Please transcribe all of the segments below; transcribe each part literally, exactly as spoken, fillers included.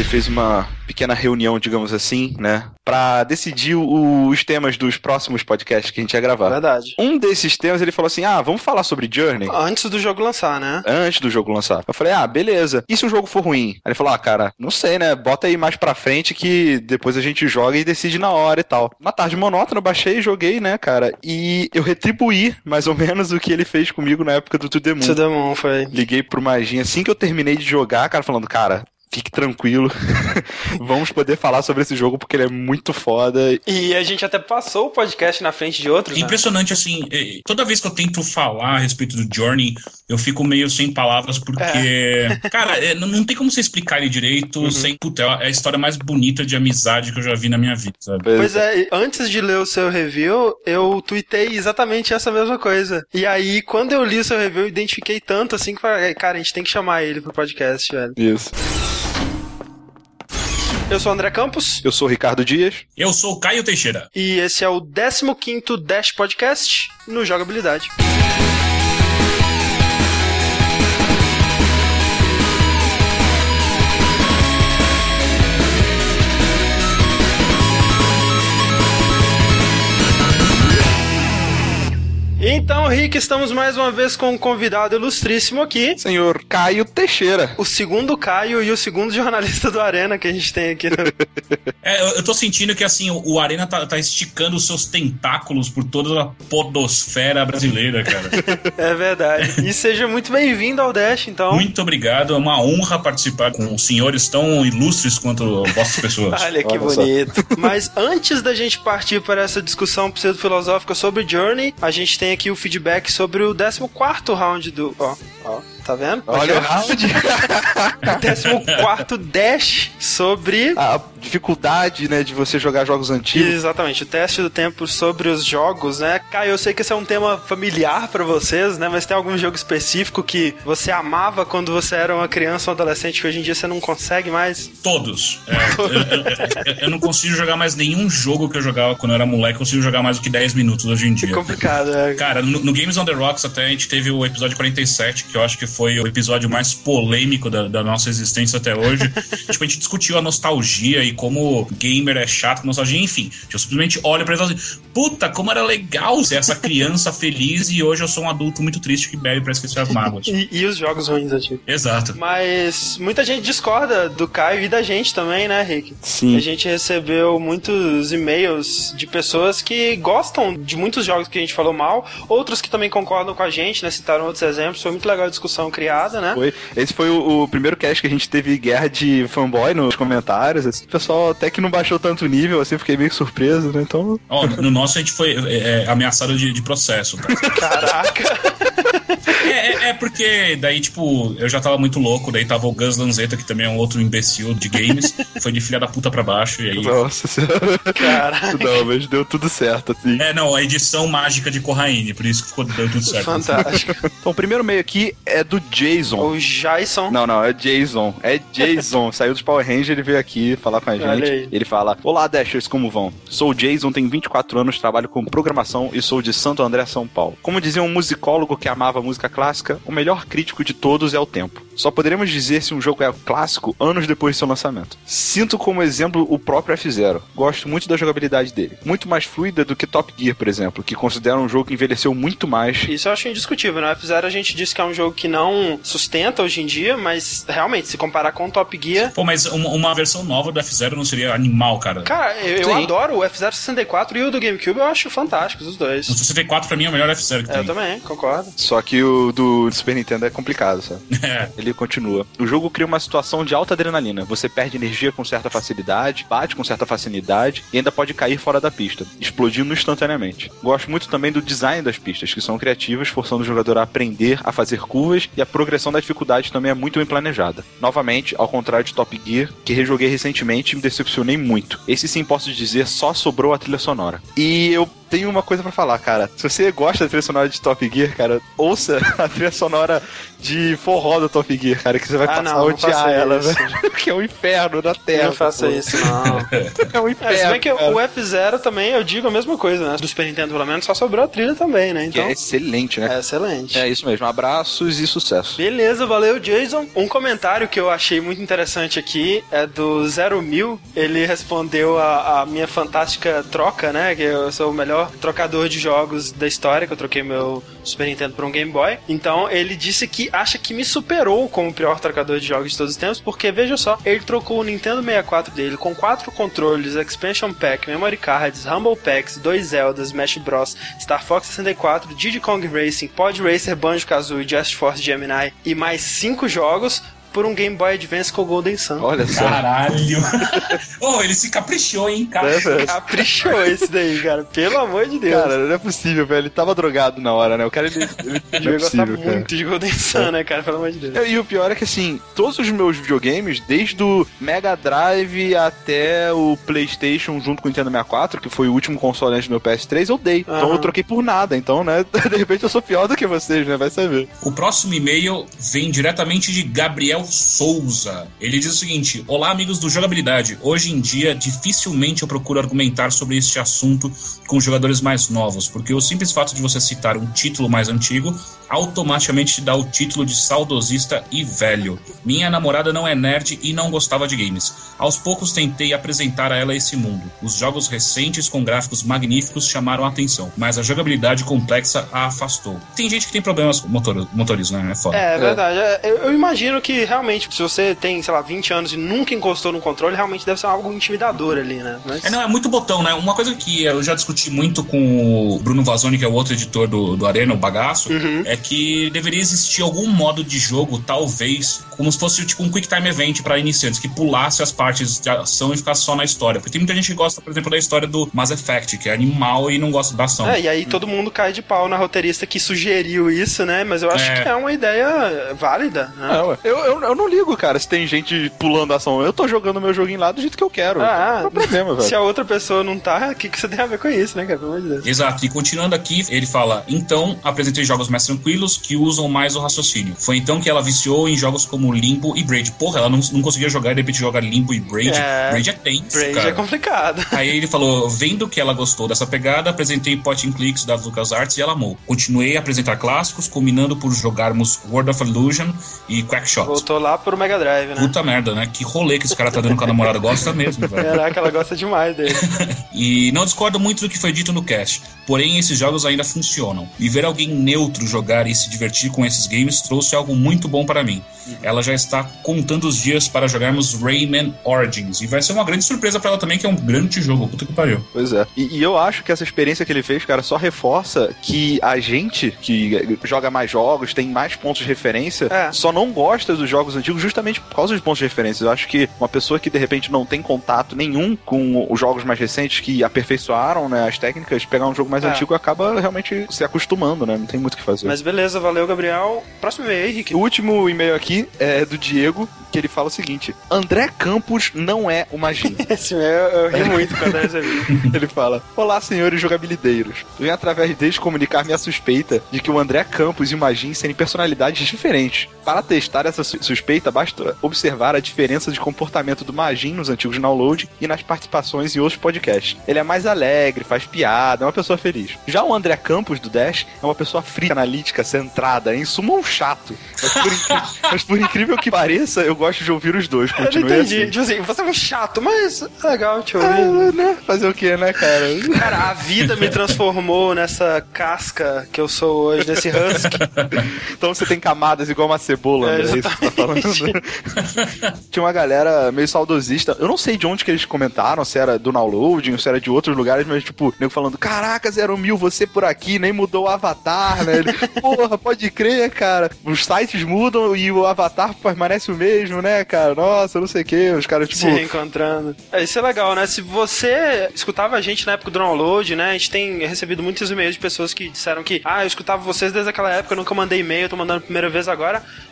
fez uma pequena reunião, digamos assim, né? Pra decidir o, os temas dos próximos podcasts que a gente ia gravar. Verdade. Um desses temas, ele falou assim, ah, vamos falar sobre Journey? Antes do jogo lançar, né? Antes do jogo lançar. Eu falei, ah, beleza. E se o jogo for ruim? Aí ele falou, ah, cara, não sei, né? Bota aí mais pra frente que depois a gente joga e decide na hora e tal. Uma tarde monótona, eu baixei e joguei, né, cara? E eu retribuí, mais ou menos, o que ele fez comigo na época do To The Moon. To The Moon, foi. Liguei pro Maginha assim que eu terminei de jogar, cara, falando, cara... Fique tranquilo, vamos poder falar sobre esse jogo porque ele é muito foda. E a gente até passou o podcast na frente de outros, é impressionante, né? Assim, toda vez que eu tento falar a respeito do Journey, eu fico meio sem palavras porque, é. cara, é, não, não tem como você explicar ele direito uhum. sem, puta, é a história mais bonita de amizade que eu já vi na minha vida, sabe? Pois é, antes de ler o seu review, eu tuitei exatamente essa mesma coisa. E aí, quando eu li o seu review, eu identifiquei tanto, assim, que falei, cara, a gente tem que chamar ele pro podcast, velho. Isso. Eu sou o André Campos. Eu sou o Ricardo Dias. Eu sou o Caio Teixeira. E esse é o décimo quinto Dash Podcast no Jogabilidade. Então, Rick, estamos mais uma vez com um convidado ilustríssimo aqui. Senhor Caio Teixeira. O segundo Caio e o segundo jornalista do Arena que a gente tem aqui. No... é, eu, eu tô sentindo que, assim, o, o Arena tá, tá esticando os seus tentáculos por toda a podosfera brasileira, cara. É verdade. E seja muito bem-vindo ao Dash, então. Muito obrigado, é uma honra participar com senhores tão ilustres quanto vossas pessoas. Olha que Olha bonito. Só. Mas antes da gente partir para essa discussão pseudo-filosófica sobre Journey, a gente tem aqui o feedback sobre o décimo quarto round do... Ó, ó. Tá vendo? Olha o round. décimo quarto Dash sobre... a dificuldade, né, de você jogar jogos antigos. Exatamente, o teste do tempo sobre os jogos, né? Caio, eu sei que esse é um tema familiar pra vocês, né? Mas tem algum jogo específico que você amava quando você era uma criança ou um adolescente que hoje em dia você não consegue mais? Todos. É, eu, eu, eu, eu não consigo jogar mais nenhum jogo que eu jogava quando eu era moleque. Eu consigo jogar mais do que dez minutos hoje em dia. É complicado, é. Cara, no, no Games on the Rocks até a gente teve o episódio quarenta e sete, que eu acho que foi o episódio mais polêmico da, da nossa existência até hoje. Tipo, a gente discutiu a nostalgia e como gamer é chato com nostalgia, enfim. Eu simplesmente olho pra ele e falo assim, puta, como era legal ser essa criança feliz e hoje eu sou um adulto muito triste que bebe pra esquecer as mágoas. e, e os jogos ruins, assim. Exato. Mas muita gente discorda do Caio e da gente também, né, Rick? Sim. A gente recebeu muitos e-mails de pessoas que gostam de muitos jogos que a gente falou mal, outros que também concordam com a gente, né, citaram outros exemplos. Foi muito legal a discussão criada, né? Foi. Esse foi o, o primeiro cast que a gente teve guerra de fanboy nos comentários. Assim, o pessoal até que não baixou tanto nível, assim, fiquei meio surpreso, né? Então... Oh, no nosso a gente foi é, é, ameaçado de, de processo, tá? Caraca! É, é, é porque daí, tipo, eu já tava muito louco, daí tava o Gus Lanzetta, que também é um outro imbecil de games, foi de filha da puta pra baixo, e aí... Nossa senhora. Caraca. Não, mas deu tudo certo, assim. É, não, a edição mágica de Corraine, por isso que ficou, deu tudo certo. Fantástico. Assim. Então, o primeiro meio aqui é do Jason. O Jason. Não, não, é Jason. É Jason. Saiu dos Power Rangers, ele veio aqui falar com a gente. Ele fala, olá, Dashers, como vão? Sou o Jason, tenho vinte e quatro anos, trabalho com programação e sou de Santo André, São Paulo. Como dizia um musicólogo que amava música clássica, o melhor crítico de todos é o tempo. Só poderemos dizer se um jogo é clássico anos depois de seu lançamento. Sinto como exemplo o próprio F zero. Gosto muito da jogabilidade dele. Muito mais fluida do que Top Gear, por exemplo, que considero um jogo que envelheceu muito mais. Isso eu acho indiscutível, né? O F zero a gente disse que é um jogo que não sustenta hoje em dia, mas realmente, se comparar com o Top Gear... Pô, mas uma, uma versão nova do F zero não seria animal, cara? Cara, eu, eu adoro o F zero sessenta e quatro e o do GameCube, eu acho fantásticos os dois. O sessenta e quatro pra mim é o melhor F zero que é, tem. Eu também, concordo. Só que o do Super Nintendo é complicado, sabe? É. Ele continua. O jogo cria uma situação de alta adrenalina. Você perde energia com certa facilidade, bate com certa facilidade e ainda pode cair fora da pista, explodindo instantaneamente. Gosto muito também do design das pistas, que são criativas, forçando o jogador a aprender a fazer curvas, e a progressão da dificuldade também é muito bem planejada. Novamente, ao contrário de Top Gear, que rejoguei recentemente e me decepcionei muito. Esse sim posso dizer, só sobrou a trilha sonora. E eu tenho uma coisa pra falar, cara. Se você gosta da trilha sonora de Top Gear, cara, ouça a trilha sonora de forró do Top Gear, cara, que você vai ah, passar não, a odiar ela, velho. Que é um inferno na Terra. Não faça isso, não. É um inferno. É, se bem que cara. O F zero também, eu digo a mesma coisa, né? Do Super Nintendo, pelo menos, só sobrou a trilha também, né? Então, que é excelente, né? É excelente. É isso mesmo. Abraços e sucesso. Beleza, valeu, Jason. Um comentário que eu achei muito interessante aqui é do Zero Mil. Ele respondeu a, a minha fantástica troca, né? Que eu sou o melhor trocador de jogos da história, que eu troquei meu Super Nintendo por um Game Boy. Então, ele disse que acha que me superou como o pior trocador de jogos de todos os tempos, porque, veja só, ele trocou o Nintendo sessenta e quatro dele com quatro controles, Expansion Pack, Memory Cards, Humble Packs, dois Zeldas, Smash Bros, Star Fox sessenta e quatro, Diddy Kong Racing, Pod Racer, Banjo-Kazooie, Just Force Gemini e mais cinco jogos por um Game Boy Advance com o Golden Sun. Olha só. Caralho. Oh, ele se caprichou, hein, cara? É, caprichou esse daí, cara. Pelo amor de Deus. Cara, não é possível, velho. Ele tava drogado na hora, né? O cara, ele... ele não é gostar muito de Golden Sun, né, cara? Pelo amor de Deus. E o pior é que, assim, todos os meus videogames, desde o Mega Drive até o PlayStation junto com o Nintendo sessenta e quatro, que foi o último console antes do meu P S três, eu dei. Uhum. Então eu troquei por nada. Então, né, de repente eu sou pior do que vocês, né? Vai saber. O próximo e-mail vem diretamente de Gabriel Souza. Ele diz o seguinte: olá, amigos do Jogabilidade. Hoje em dia, dificilmente eu procuro argumentar sobre este assunto com jogadores mais novos, porque o simples fato de você citar um título mais antigo automaticamente te dá o título de saudosista e velho. Minha namorada não é nerd e não gostava de games. Aos poucos tentei apresentar a ela esse mundo. Os jogos recentes com gráficos magníficos chamaram a atenção, mas a jogabilidade complexa a afastou. Tem gente que tem problemas com motor, motorismo, né? É foda. É, é verdade. É. Eu, eu imagino que realmente, se você tem, sei lá, vinte anos e nunca encostou no controle, realmente deve ser algo intimidador ali, né? Mas... É, não, é muito botão, né? Uma coisa que eu já discuti muito com o Bruno Vazzoni, que é o outro editor do, do Arena, o Bagaço, uhum. é que deveria existir algum modo de jogo, talvez, como se fosse tipo um Quick Time Event para iniciantes, que pulasse as partes de ação e ficasse só na história. Porque tem muita gente que gosta, por exemplo, da história do Mass Effect, que é animal e não gosta da ação. É, e aí todo mundo cai de pau na roteirista que sugeriu isso, né? Mas eu acho é. que é uma ideia válida, né? Não, eu, eu, eu não ligo, cara, se tem gente pulando a ação. Eu tô jogando meu joguinho lá do jeito que eu quero. Ah, não tem problema, velho. Se a outra pessoa não tá, o que, que você tem a ver com isso, né, cara? Pelo amor de Deus. Exato. E continuando aqui, ele fala: então, apresentei jogos mais tranquilos que usam mais o raciocínio. Foi então que ela viciou em jogos como Limbo e Braid. Porra, ela não, não conseguia jogar e de repente joga Limbo e Braid. É, Braid é tenso, Braid cara. é complicado. Aí ele falou: vendo que ela gostou dessa pegada, apresentei Point and Clicks da LucasArts e ela amou. Continuei a apresentar clássicos, combinando por jogarmos World of Illusion e Quackshot. Voltou lá pro Mega Drive, né? Puta merda, né? Que rolê que esse cara tá dando com a namorada. Gosta mesmo, velho. Caraca, ela gosta demais dele. E não discordo muito do que foi dito no cast, porém esses jogos ainda funcionam. E ver alguém neutro jogar e se divertir com esses games trouxe algo muito bom para mim. Ela já está contando os dias para jogarmos Rayman Origins. E vai ser uma grande surpresa para ela também, que é um grande jogo. Puta que pariu. Pois é. E, e eu acho que essa experiência que ele fez, cara, só reforça que a gente, que joga mais jogos, tem mais pontos de referência, é. só não gosta dos jogos antigos justamente por causa dos pontos de referência. Eu acho que uma pessoa que, de repente, não tem contato nenhum com os jogos mais recentes, que aperfeiçoaram, né, as técnicas, pegar um jogo mais é. antigo acaba realmente se acostumando, né? Não tem muito o que fazer. Mas beleza, valeu, Gabriel. Próximo e-mail aí, Rick. O último e-mail aqui é do Diego, que ele fala o seguinte: André Campos não é o Magin. Esse e-mail eu ri muito quando eu recebi. Ele fala: olá, senhores jogabilideiros. Venho através deles comunicar minha suspeita de que o André Campos e o Magin serem personalidades diferentes. Para testar essa suspeita, basta observar a diferença de comportamento do Magin nos antigos download e nas participações em outros podcasts. Ele é mais alegre, faz piada, é uma pessoa feliz. Já o André Campos, do Dash, é uma pessoa fria, analítica, centrada, em suma um chato. Mas por, incrível, mas por incrível que pareça, eu gosto de ouvir os dois. Continue eu entendi. Assim. Tipo assim, você é um chato, mas é legal te ouvir. É, né? Fazer o quê, né, cara? Cara, a vida me transformou nessa casca que eu sou hoje, nesse husky. Então você tem camadas igual uma cebola, é, né? É isso que você tá falando. Tinha uma galera meio saudosista. Eu não sei de onde que eles comentaram, se era do downloading, ou se era de outros lugares, mas tipo, nego falando: caraca, Zero Mil, você por aqui, nem mudou o avatar, né? Ele, porra, pode crer, cara. Os sites mudam e o avatar permanece o mesmo, né, cara? Nossa, não sei o que. Os caras, tipo... se reencontrando. É, isso é legal, né? Se você escutava a gente na época do download, né? A gente tem recebido muitos e-mails de pessoas que disseram que, ah, eu escutava vocês desde aquela época, eu nunca mandei e-mail, eu tô mandando a primeira vez agora.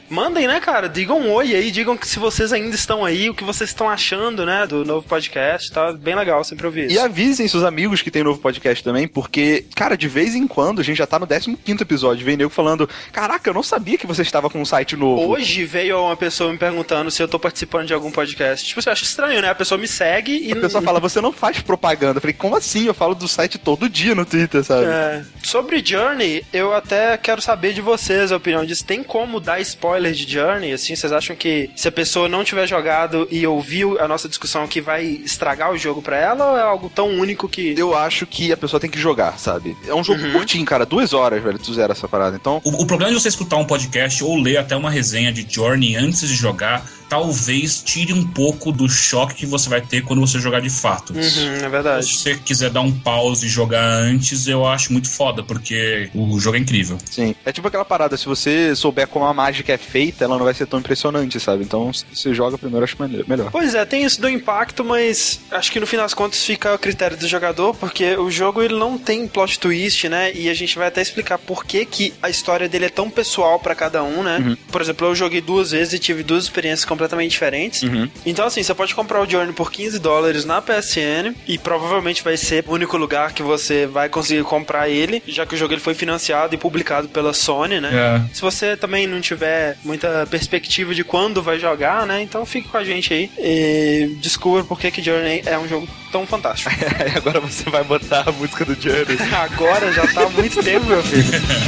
Mandem, né, cara? Digam um oi aí, digam que se vocês ainda estão aí, o que vocês estão achando, né, do novo podcast, tá bem legal sempre ouvir isso. E avisem seus amigos que tem novo podcast também, porque, cara, de vez em quando, a gente já tá no décimo quinto episódio, vem nego falando, caraca, eu não sabia que você estava com um site novo. Hoje veio uma pessoa me perguntando se eu tô participando de algum podcast. Tipo, você acha estranho, né? A pessoa me segue e... A pessoa fala, você não faz propaganda. Eu falei, como assim? Eu falo do site todo dia no Twitter, sabe? É. Sobre Journey, eu até quero saber de vocês a opinião disso. Tem como dar spoiler de Journey? Assim, vocês acham que se a pessoa não tiver jogado e ouviu a nossa discussão aqui, vai estragar o jogo pra ela, ou é algo tão único que... Eu acho que a pessoa tem que jogar, sabe? É um jogo uhum. curtinho, cara. Duas horas, velho, tu zera essa parada. Então... O, o problema de você escutar um podcast ou ler até uma resenha de Journey antes de jogar, talvez tire um pouco do choque que você vai ter quando você jogar de fato. Uhum, é verdade. Se você quiser dar um pause e jogar antes, eu acho muito foda, porque o jogo é incrível. Sim. É tipo aquela parada, se você souber como a mágica é feita, ela não vai ser tão impressionante, sabe? Então, se você joga primeiro, eu acho melhor. Pois é, tem isso do impacto, mas acho que no fim das contas fica a critério do jogador, porque o jogo ele não tem plot twist, né? E a gente vai até explicar por que que a história dele é tão pessoal pra cada um, né? Uhum. Por exemplo, eu joguei duas vezes e tive duas experiências completamente diferentes. Uhum. Então, assim, você pode comprar o Journey por quinze dólares na P S N e provavelmente vai ser o único lugar que você vai conseguir comprar ele, já que o jogo ele foi financiado e publicado pela Sony, né? Yeah. Se você também não tiver muita perspectiva de quando vai jogar, né? Então fique com a gente aí e descubra por que que Journey é um jogo tão fantástico. Agora você vai botar a música do Journey. Agora já tá há muito tempo, meu filho.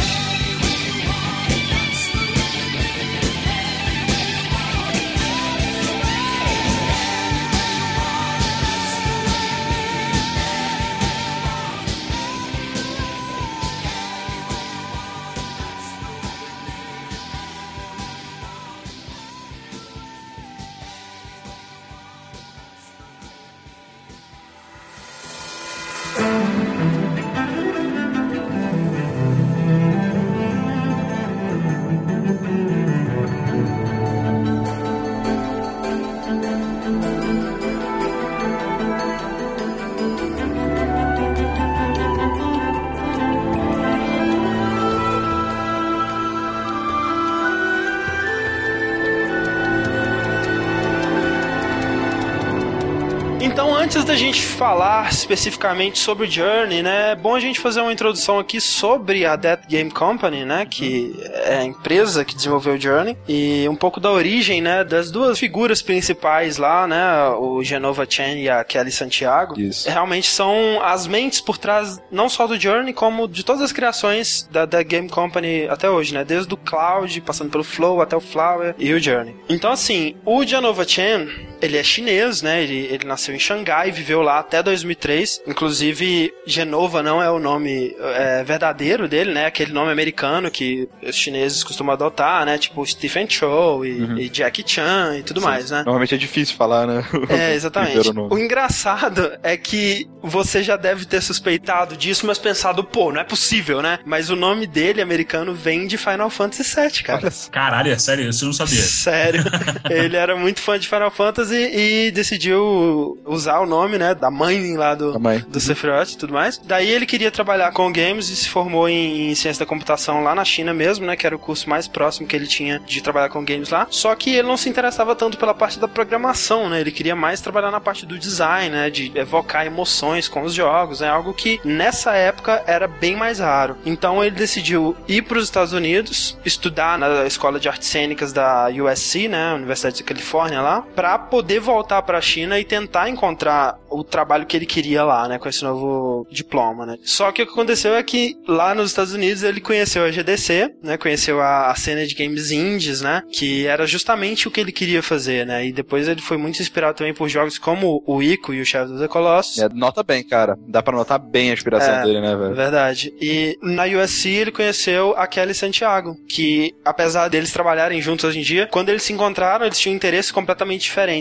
Então, antes da gente falar especificamente sobre Journey, né, é bom a gente fazer uma introdução aqui sobre a Dead Game Company, né, que é a empresa que desenvolveu Journey, e um pouco da origem, né, das duas figuras principais lá, né, o Jenova Chen e a Kelly Santiago. Isso. Realmente são as mentes por trás não só do Journey, como de todas as criações da Dead Game Company até hoje, né, desde o Cloud, passando pelo Flow até o Flower e o Journey. Então, assim, o Jenova Chen, ele é chinês, né, ele, ele nasceu em Xangai, viveu lá até dois mil e três. Inclusive, Genova não é o nome é, verdadeiro dele, né? Aquele nome americano que os chineses costumam adotar, né? Tipo Stephen Chow e, uhum. e Jackie Chan e tudo Sim. mais, né? Normalmente é difícil falar, né? É, exatamente. O engraçado é que você já deve ter suspeitado disso, mas pensado, pô, não é possível, né? Mas o nome dele, americano, vem de Final Fantasy sete, cara. Caralho, é sério? Isso eu não sabia. Sério. Ele era muito fã de Final Fantasy e decidiu usar o nome, né, da mãe lá do, mãe. do Sephiroth e tudo mais. Daí ele queria trabalhar com games e se formou em, em ciência da computação lá na China mesmo, né, que era o curso mais próximo que ele tinha de trabalhar com games lá. Só que ele não se interessava tanto pela parte da programação, né, ele queria mais trabalhar na parte do design, né, de evocar emoções com os jogos, né, algo que nessa época era bem mais raro. Então ele decidiu ir para os Estados Unidos, estudar na escola de artes cênicas da U S C, né, Universidade da Califórnia lá, para poder voltar para a China e tentar encontrar o trabalho que ele queria lá, né, com esse novo diploma, né. Só que o que aconteceu é que lá nos Estados Unidos ele conheceu a G D C, né, conheceu a, a cena de games indies, né, que era justamente o que ele queria fazer, né, e depois ele foi muito inspirado também por jogos como o Ico e o Shadow of the Colossus. É, nota bem, cara. Dá pra notar bem a inspiração é, dele, né, velho? Verdade. E na U S C ele conheceu a Kelly Santiago, que apesar deles trabalharem juntos hoje em dia, quando eles se encontraram, eles tinham interesses completamente diferentes.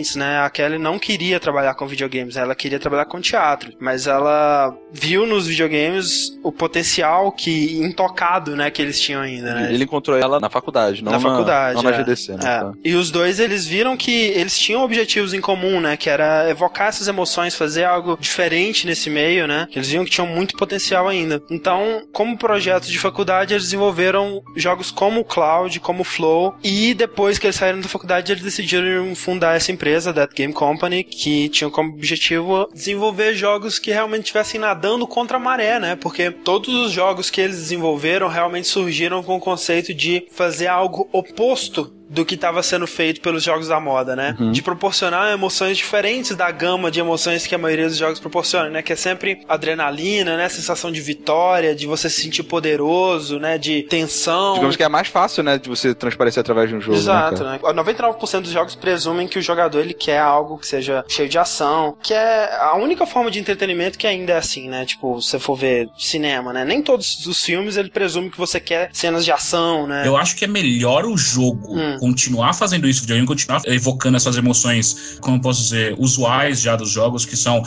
diferentes, né? A Kelly não queria trabalhar com videogames, ela queria trabalhar com teatro, mas ela viu nos videogames o potencial que intocado, né, que eles tinham ainda, né? Ele encontrou ela na faculdade, não na, na faculdade, não na é. G D C, né? É. E os dois, eles viram que eles tinham objetivos em comum, né? Que era evocar essas emoções, fazer algo diferente nesse meio, né? Eles viam que tinham muito potencial ainda. Então, como projeto de faculdade, eles desenvolveram jogos como o Cloud, como o Flow, e depois que eles saíram da faculdade, eles decidiram fundar essa empresa, That Game Company, que tinha como objetivo desenvolver jogos que realmente estivessem nadando contra a maré, né? Porque todos os jogos que eles desenvolveram realmente surgiram com o conceito de fazer algo oposto do que estava sendo feito pelos jogos da moda, né? Uhum. De proporcionar emoções diferentes da gama de emoções que a maioria dos jogos proporciona, né? Que é sempre adrenalina, né? Sensação de vitória, de você se sentir poderoso, né? De tensão. Digamos que é mais fácil, né? De você transparecer através de um jogo. Exato, né? né? noventa e nove por cento dos jogos presumem que o jogador, ele quer algo que seja cheio de ação, que é a única forma de entretenimento que ainda é assim, né? Tipo, se você for ver cinema, né? Nem todos os filmes, ele presume que você quer cenas de ação, né? Eu acho que é melhor o jogo hum. continuar fazendo isso, o videogame continuar evocando essas emoções, como eu posso dizer, usuais já dos jogos, que são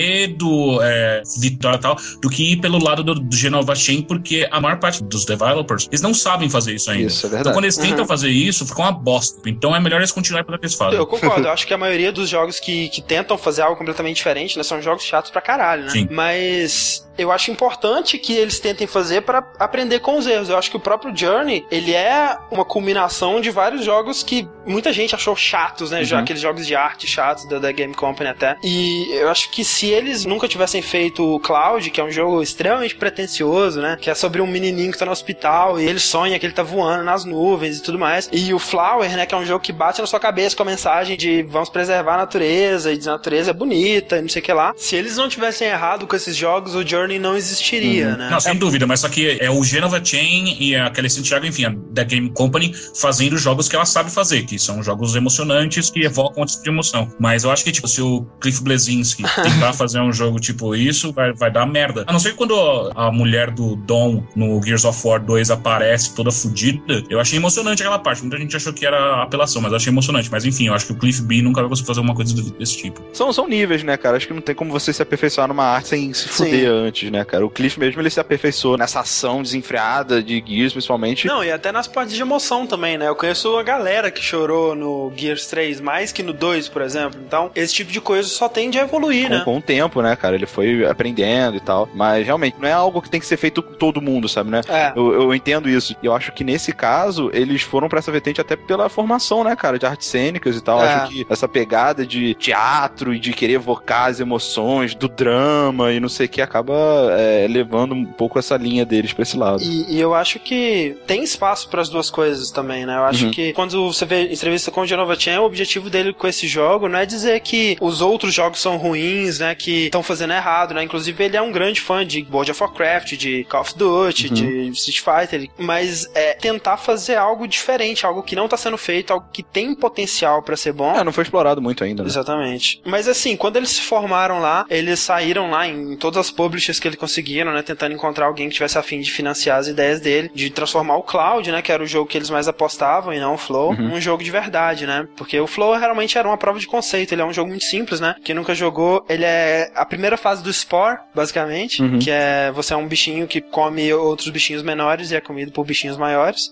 medo, é, vitória e tal, do que ir pelo lado do, do Genova Chain, porque a maior parte dos developers, eles não sabem fazer isso ainda. Isso, é verdade. Então quando eles uhum. tentam fazer isso, fica uma bosta. Então é melhor eles continuarem pelo que eles fazem. Eu concordo, eu acho que a maioria dos jogos que, que tentam fazer algo completamente diferente, né, são jogos chatos pra caralho, né? Sim. Mas eu acho importante que eles tentem fazer pra aprender com os erros. Eu acho que o próprio Journey, ele é uma culminação de vários jogos que muita gente achou chatos, né? Uhum. Já aqueles jogos de arte chatos da, da Game Company até. E eu acho que se eles nunca tivessem feito o Cloud, que é um jogo extremamente pretencioso, né? Que é sobre um menininho que tá no hospital e ele sonha que ele tá voando nas nuvens e tudo mais. E o Flower, né? Que é um jogo que bate na sua cabeça com a mensagem de vamos preservar a natureza e diz a natureza é bonita e não sei o que lá. Se eles não tivessem errado com esses jogos, o Journey não existiria, uhum. né? Não, sem é... dúvida, mas só que é o Genova Chain e a Kelly Santiago, enfim, a da Game Company fazendo jogos que ela sabe fazer, que são jogos emocionantes que evocam outro tipo de emoção. Mas eu acho que, tipo, se o Cliff Bleszinski tentar fazer um jogo tipo isso, vai, vai dar merda. A não ser que quando a mulher do Dom no Gears of War dois aparece toda fodida, eu achei emocionante aquela parte. Muita gente achou que era apelação, mas eu achei emocionante. Mas enfim, eu acho que o Cliff B nunca vai conseguir fazer uma coisa desse tipo. São, são níveis, né, cara? Acho que não tem como você se aperfeiçoar numa arte sem se fuder antes, né, cara? O Cliff mesmo, ele se aperfeiçoou nessa ação desenfreada de Gears, principalmente. Não, e até nas partes de emoção também, né? Eu conheço a galera que chorou no Gears três mais que no dois, por exemplo. Então, esse tipo de coisa só tende a evoluir, com, né? Com o tempo, né, cara? Ele foi aprendendo e tal. Mas, realmente, não é algo que tem que ser feito com todo mundo, sabe, né? É. Eu, eu entendo isso. E eu acho que, nesse caso, eles foram pra essa vertente até pela formação, né, cara? De artes cênicas e tal. É. Acho que essa pegada de teatro e de querer evocar as emoções do drama e não sei o que, acaba é, levando um pouco essa linha deles pra esse lado. E, e eu acho que tem espaço pras duas coisas também, né? Eu acho uhum. que quando você vê entrevista com o Genova Chain, o objetivo dele com esse jogo não é dizer que os outros jogos são ruins, né? Que estão fazendo errado, né? Inclusive, ele é um grande fã de World of Warcraft, de Call of Duty, uhum. de Street Fighter, mas é tentar fazer algo diferente, algo que não tá sendo feito, algo que tem potencial pra ser bom. É, não foi explorado muito ainda, né? Exatamente. Mas assim, quando eles se formaram lá, eles saíram lá em todas as publishers que eles conseguiram, né? Tentando encontrar alguém que tivesse a fim de financiar as ideias dele, de transformar o Cloud, né? Que era o jogo que eles mais apostavam e não o Flow, uhum. um jogo de verdade, né? Porque o Flow realmente era uma prova de conceito, ele é um jogo muito simples, né? Quem nunca jogou, ele é a primeira fase do Spore, basicamente, uhum. que é você é um bichinho que come outros bichinhos menores e é comido por bichinhos maiores.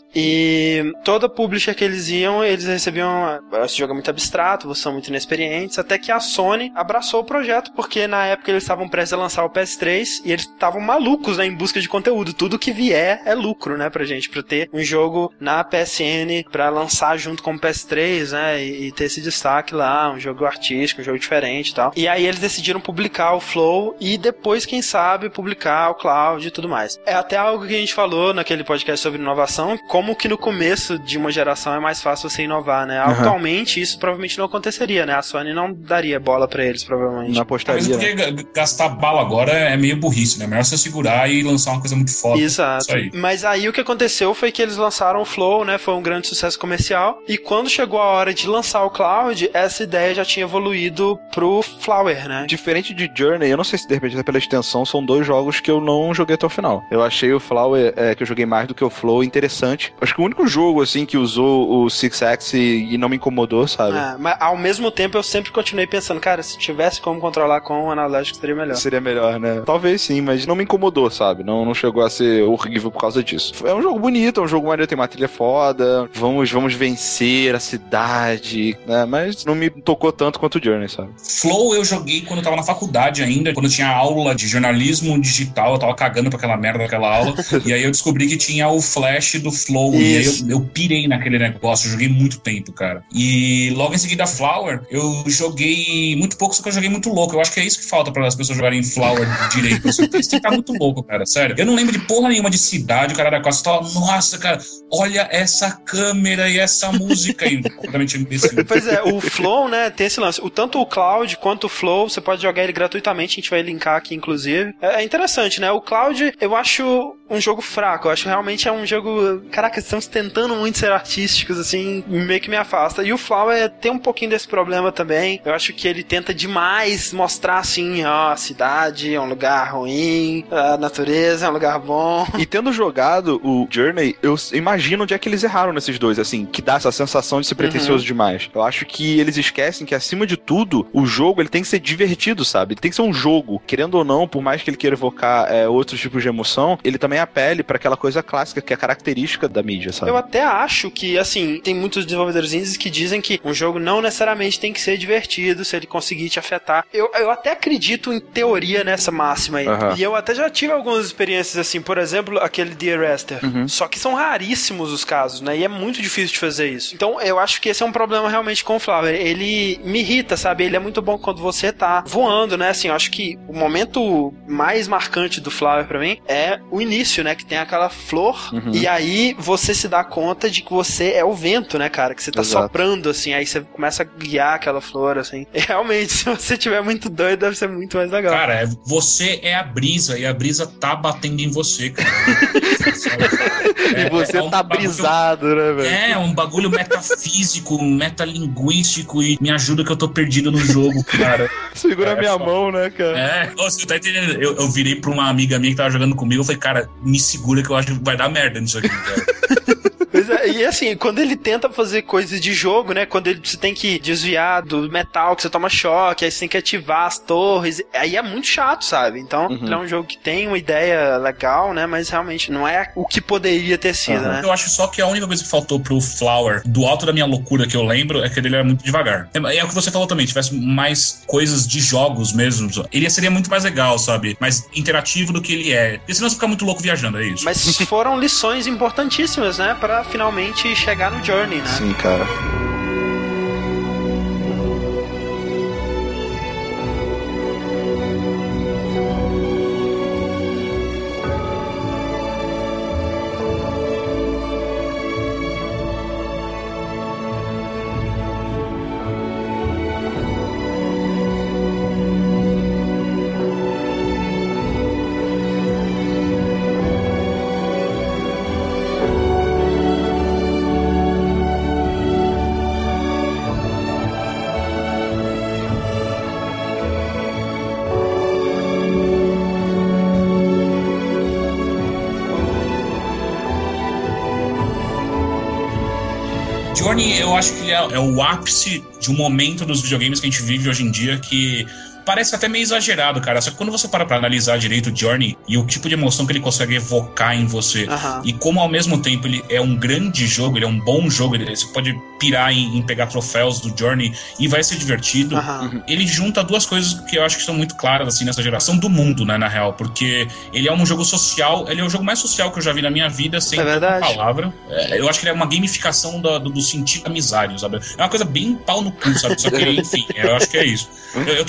E toda publisher que eles iam, eles recebiam, esse jogo é muito abstrato, vocês são muito inexperientes, até que a Sony abraçou o projeto, porque na época eles estavam prestes a lançar o P S três e eles estavam malucos, né, em busca de conteúdo. Tudo que vier é lucro, né, pra gente, pra ter um jogo na P S N pra lançar junto com o P S três, né, e, e ter esse destaque lá, um jogo artístico, um jogo diferente e tal. E aí eles decidiram publicar o Flow e depois, quem sabe, publicar o Cloud e tudo mais. É até algo que a gente falou naquele podcast sobre inovação, como que no começo de uma geração é mais fácil você inovar, né? Uhum. Atualmente isso provavelmente não aconteceria, né? A Sony não daria bola pra eles, provavelmente. Não apostaria. Mas porque né? gastar bala agora é meio burrice, né? Melhor você segurar e lançar uma coisa muito foda. Exato. Aí. Mas aí o que aconteceu foi que eles lançaram o Flow, né? Foi um grande sucesso comercial, e quando chegou a hora de lançar o Cloud, essa ideia já tinha evoluído pro Flower, né? Diferente de Journey, eu não sei se de repente até pela extensão, são dois jogos que eu não joguei até o final. Eu achei o Flower, é, que eu joguei mais do que o Flow, interessante. Acho que o único jogo, assim, que usou o Six Axis e, e não me incomodou, sabe? É, mas ao mesmo tempo eu sempre continuei pensando, cara, se tivesse como controlar com o analógico seria melhor. Seria melhor, né? Talvez sim, mas não me incomodou, sabe? Não, não chegou a ser horrível por causa disso. É um jogo bonito, é um jogo maneiro, tem uma trilha foda, vamos, vamos vencer a cidade, né? Mas não me tocou tanto quanto o Journey, sabe? Flow eu joguei quando eu tava na faculdade ainda, quando eu tinha aula de jornalismo digital, eu tava cagando pra aquela merda daquela aula, e aí eu descobri que tinha o Flash do Flow, Isso. e aí eu, eu pirei naquele negócio, eu joguei muito tempo, cara. E logo em seguida Flower, eu joguei muito pouco, só que eu joguei muito louco. Eu acho que é isso que falta para as pessoas jogarem Flower direito. Você tem que estar muito louco, cara, sério. Eu não lembro de porra nenhuma de cidade, o cara da costa fala, nossa, cara, olha essa câmera e essa música aí. Completamente imbecil. Pois é, o Flow, né, tem esse lance. O, tanto o Cloud quanto o Flow, você pode jogar ele gratuitamente, a gente vai linkar aqui, inclusive. É, é interessante, né? O Cloud, eu acho um jogo fraco. Eu acho que realmente é um jogo... Caraca, estamos tentando muito ser artísticos, assim, meio que me afasta. E o Flower tem um pouquinho desse problema também. Eu acho que ele tenta demais mostrar, assim, ó, a cidade é um lugar ruim, a natureza é um lugar bom. E tendo jogado o Journey, eu imagino onde é que eles erraram nesses dois, assim, que dá essa sensação de ser pretencioso uhum. demais. Eu acho que eles esquecem que, acima de tudo, o jogo, ele tem que ser divertido, sabe? Ele tem que ser um jogo. Querendo ou não, por mais que ele queira evocar é, outros tipos de emoção, ele também apele pra aquela coisa clássica, que é característica da mídia, sabe? Eu até acho que, assim, tem muitos desenvolvedores indies que dizem que um jogo não necessariamente tem que ser divertido se ele conseguir te afetar. Eu, eu até acredito em teoria nessa máxima aí. Uhum. E eu até já tive algumas experiências assim, por exemplo, aquele The Arrester. Uhum. Só que são raríssimos os casos, né? E é muito difícil de fazer isso. Então, eu acho que esse é um problema realmente com o Flower. Ele me irrita, sabe? Ele é muito bom quando você tá voando, né? Assim, eu acho que o momento mais marcante do Flower pra mim é o início, né? Que tem aquela flor uhum. e aí você se dá conta de que você é o vento, né, cara? Que você tá Exato. soprando, assim, aí você começa a guiar aquela flor, assim. E realmente, se você tiver muito doido, deve ser muito mais legal. Cara, você é a brisa e a brisa tá batendo em você, cara. é, e você é um tá bagulho, brisado, né, velho? É, um bagulho metafísico, metalinguístico e me ajuda que eu tô perdido no jogo, cara. Segura é, a minha foda. mão, né, cara? É, você tá entendendo? Eu, eu virei pra uma amiga minha que tava jogando comigo, eu falei, cara, me segura que eu acho que vai dar merda nisso aqui, cara. E assim, quando ele tenta fazer coisas de jogo, né? Quando ele, você tem que desviar do metal, que você toma choque, aí você tem que ativar as torres, aí é muito chato, sabe? Então, uhum. ele é um jogo que tem uma ideia legal, né? Mas realmente não é o que poderia ter sido, uhum. né? Eu acho só que a única coisa que faltou pro Flower, do alto da minha loucura que eu lembro, é que ele era muito devagar. É, é o que você falou também, tivesse mais coisas de jogos mesmo, ele seria muito mais legal, sabe? Mais interativo do que ele é. E senão você fica muito louco viajando, é isso. Mas foram lições importantíssimas, né? Pra finalmente chegar no Journey, né? Sim, cara. Journey, eu acho que é, é o ápice de um momento dos videogames que a gente vive hoje em dia que parece até meio exagerado, cara. Só que quando você para pra analisar direito o Journey e o tipo de emoção que ele consegue evocar em você, uhum. e como ao mesmo tempo ele é um grande jogo, ele é um bom jogo, ele, você pode pirar em, em pegar troféus do Journey e vai ser divertido, uhum. ele junta duas coisas que eu acho que são muito claras assim nessa geração do mundo, né, na real, porque ele é um jogo social, ele é o jogo mais social que eu já vi na minha vida, sem é uma palavra. É, eu acho que ele é uma gamificação do, do, do sentido da amizade, sabe? É uma coisa bem pau no cu, sabe? Só que, enfim, eu acho que é isso. Eu, eu também joguei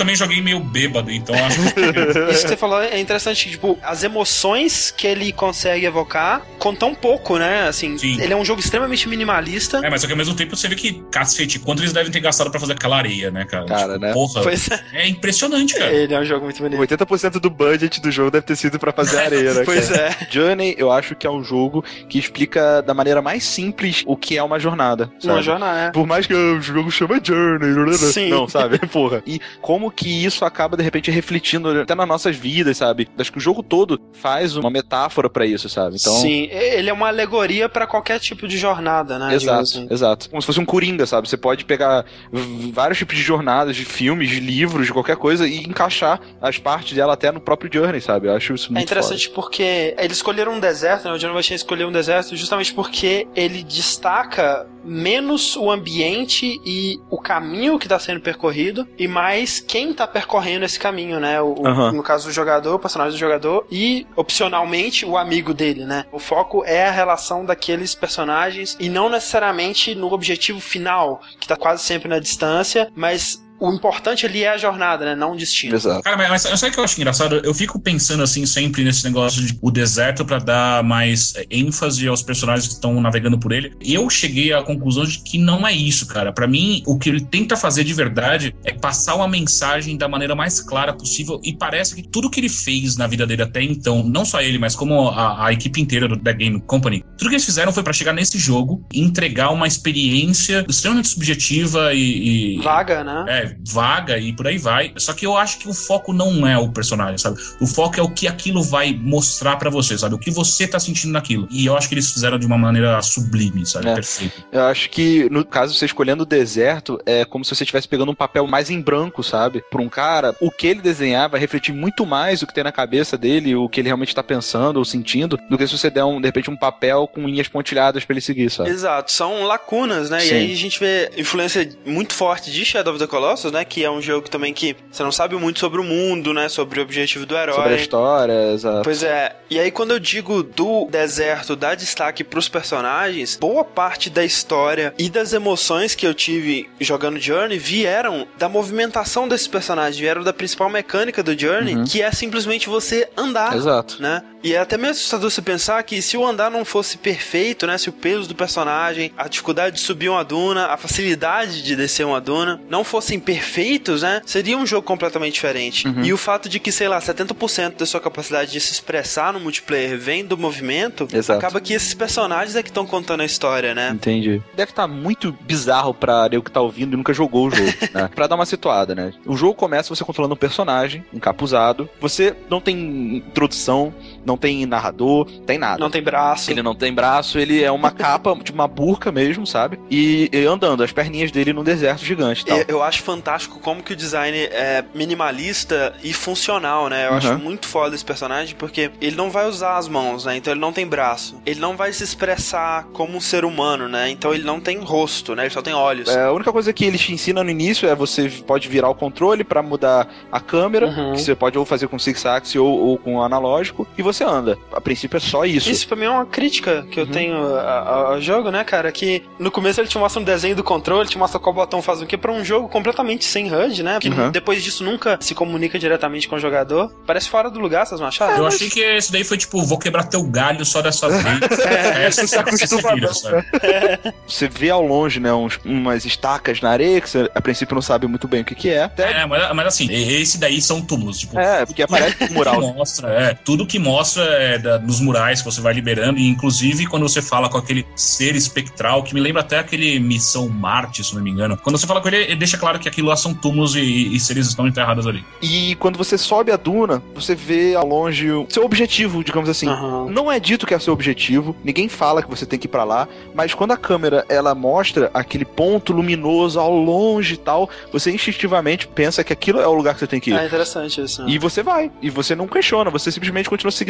meio bêbado, então acho que... Isso que você falou é interessante, tipo, as emoções que ele consegue evocar com tão pouco, né? Assim, Sim. ele é um jogo extremamente minimalista. É, mas só que ao mesmo tempo você vê que, cacete, quanto eles devem ter gastado pra fazer aquela areia, né, cara? Cara, tipo, né? Porra, pois é. é impressionante, cara. Ele é um jogo muito bonito. oitenta por cento do budget do jogo deve ter sido pra fazer areia, né? Pois cara? é. Journey, eu acho que é um jogo que explica da maneira mais simples o que é uma jornada, sabe? Uma jornada, é. Por mais que o jogo chama Journey, Sim. não, sabe? Porra. E como que isso acaba, de repente, refletindo até nas nossas vidas, sabe? Acho que o jogo todo faz uma metáfora pra isso, sabe? Então... Sim, ele é uma alegoria pra qualquer tipo de jornada, né? Exato, assim. exato. Como se fosse um Coringa, sabe? Você pode pegar vários tipos de jornadas, de filmes, de livros, de qualquer coisa e encaixar as partes dela até no próprio Journey, sabe? Eu acho isso muito É interessante foda. Porque eles escolheram um deserto, né? O Johnny Vachon escolheu um deserto justamente porque ele destaca menos o ambiente e o caminho que está sendo percorrido e mais quem está percorrendo esse caminho, né? O, uhum. No caso do jogador, o personagem do jogador e, opcionalmente, o amigo dele, né? O foco é a relação daqueles personagens e não necessariamente no objetivo final, que está quase sempre na distância, mas... O importante ali é a jornada, né? Não o destino. Exato. Cara, mas, mas sabe o que eu acho engraçado? Eu fico pensando assim sempre nesse negócio de o deserto pra dar mais ênfase aos personagens que estão navegando por ele. E eu cheguei à conclusão de que não é isso, cara. Pra mim, o que ele tenta fazer de verdade é passar uma mensagem da maneira mais clara possível. E parece que tudo que ele fez na vida dele até então, não só ele, mas como a, a equipe inteira do The Game Company, tudo que eles fizeram foi pra chegar nesse jogo e entregar uma experiência extremamente subjetiva e... e vaga, né? É, vaga e por aí vai. Só que eu acho que o foco não é o personagem, sabe? O foco é o que aquilo vai mostrar pra você, sabe? O que você tá sentindo naquilo. E eu acho que eles fizeram de uma maneira sublime, sabe? É. Perfeito. Eu acho que, no caso, você escolhendo o deserto, é como se você estivesse pegando um papel mais em branco, sabe? Pra um cara, o que ele desenhar vai refletir muito mais o que tem na cabeça dele, o que ele realmente tá pensando ou sentindo, do que se você der, um, de repente, um papel com linhas pontilhadas pra ele seguir, sabe? Exato. São lacunas, né? Sim. E aí a gente vê influência muito forte de Shadow of the Colossus, né? Que é um jogo também que você não sabe muito sobre o mundo, né? Sobre o objetivo do herói. Sobre a história, exato. Pois é. E aí quando eu digo do deserto, dar destaque pros personagens, boa parte da história e das emoções que eu tive jogando Journey vieram da movimentação desses personagens, vieram da principal mecânica do Journey, uhum. que é simplesmente você andar. Exato. Né? E é até meio assustador você pensar que se o andar não fosse perfeito, né? Se o peso do personagem, a dificuldade de subir uma duna, a facilidade de descer uma duna, não fossem perfeitos, né? Seria um jogo completamente diferente. Uhum. E o fato de que, sei lá, setenta por cento da sua capacidade de se expressar no multiplayer vem do movimento, Exato. Acaba que esses personagens é que estão contando a história, né? Entendi. Deve estar muito bizarro pra eu que tá ouvindo e nunca jogou o jogo, né? Pra dar uma situada, né? O jogo começa você controlando um personagem encapuzado, você não tem introdução, não tem narrador, tem nada. Não tem braço. Ele não tem braço, ele é uma capa, tipo uma burca mesmo, sabe? E, e andando, as perninhas dele num deserto gigante e tal. Eu, eu acho fantástico como que o design é minimalista e funcional, né? Eu uhum. acho muito foda esse personagem, porque ele não vai usar as mãos, né? Então ele não tem braço. Ele não vai se expressar como um ser humano, né? Então ele não tem rosto, né? Ele só tem olhos. É, a única coisa que ele te ensina no início é você pode virar o controle pra mudar a câmera, uhum. que você pode ou fazer com six axis ou, ou com o analógico, e você anda. A princípio é só isso. Isso pra mim é uma crítica que eu uhum. tenho ao jogo, né, cara? Que no começo ele te mostra um desenho do controle, te mostra qual botão faz o quê, pra um jogo completamente sem H U D, né? Que uhum. depois disso nunca se comunica diretamente com o jogador. Parece fora do lugar, vocês não acharam? Eu achei que esse daí foi tipo, vou quebrar teu galho só dessa vez. É, essa você acostuma, vira, sabe? É. Você vê ao longe, né, uns, umas estacas na areia, que você a princípio não sabe muito bem o que que é. É, mas, mas assim, esse daí são túmulos, tipo... É, porque aparece no mural. Que mostra, é, tudo que mostra é da, dos murais que você vai liberando, e inclusive quando você fala com aquele ser espectral, que me lembra até aquele Missão Marte, se não me engano. Quando você fala com ele, ele deixa claro que aquilo lá são túmulos e, e seres estão enterrados ali. E quando você sobe a duna, você vê ao longe o seu objetivo, digamos assim. Uhum. Não é dito que é o seu objetivo, ninguém fala que você tem que ir pra lá, mas quando a câmera, ela mostra aquele ponto luminoso ao longe e tal, você instintivamente pensa que aquilo é o lugar que você tem que ir. É interessante isso. Né? E você vai, e você não questiona, você simplesmente continua seguindo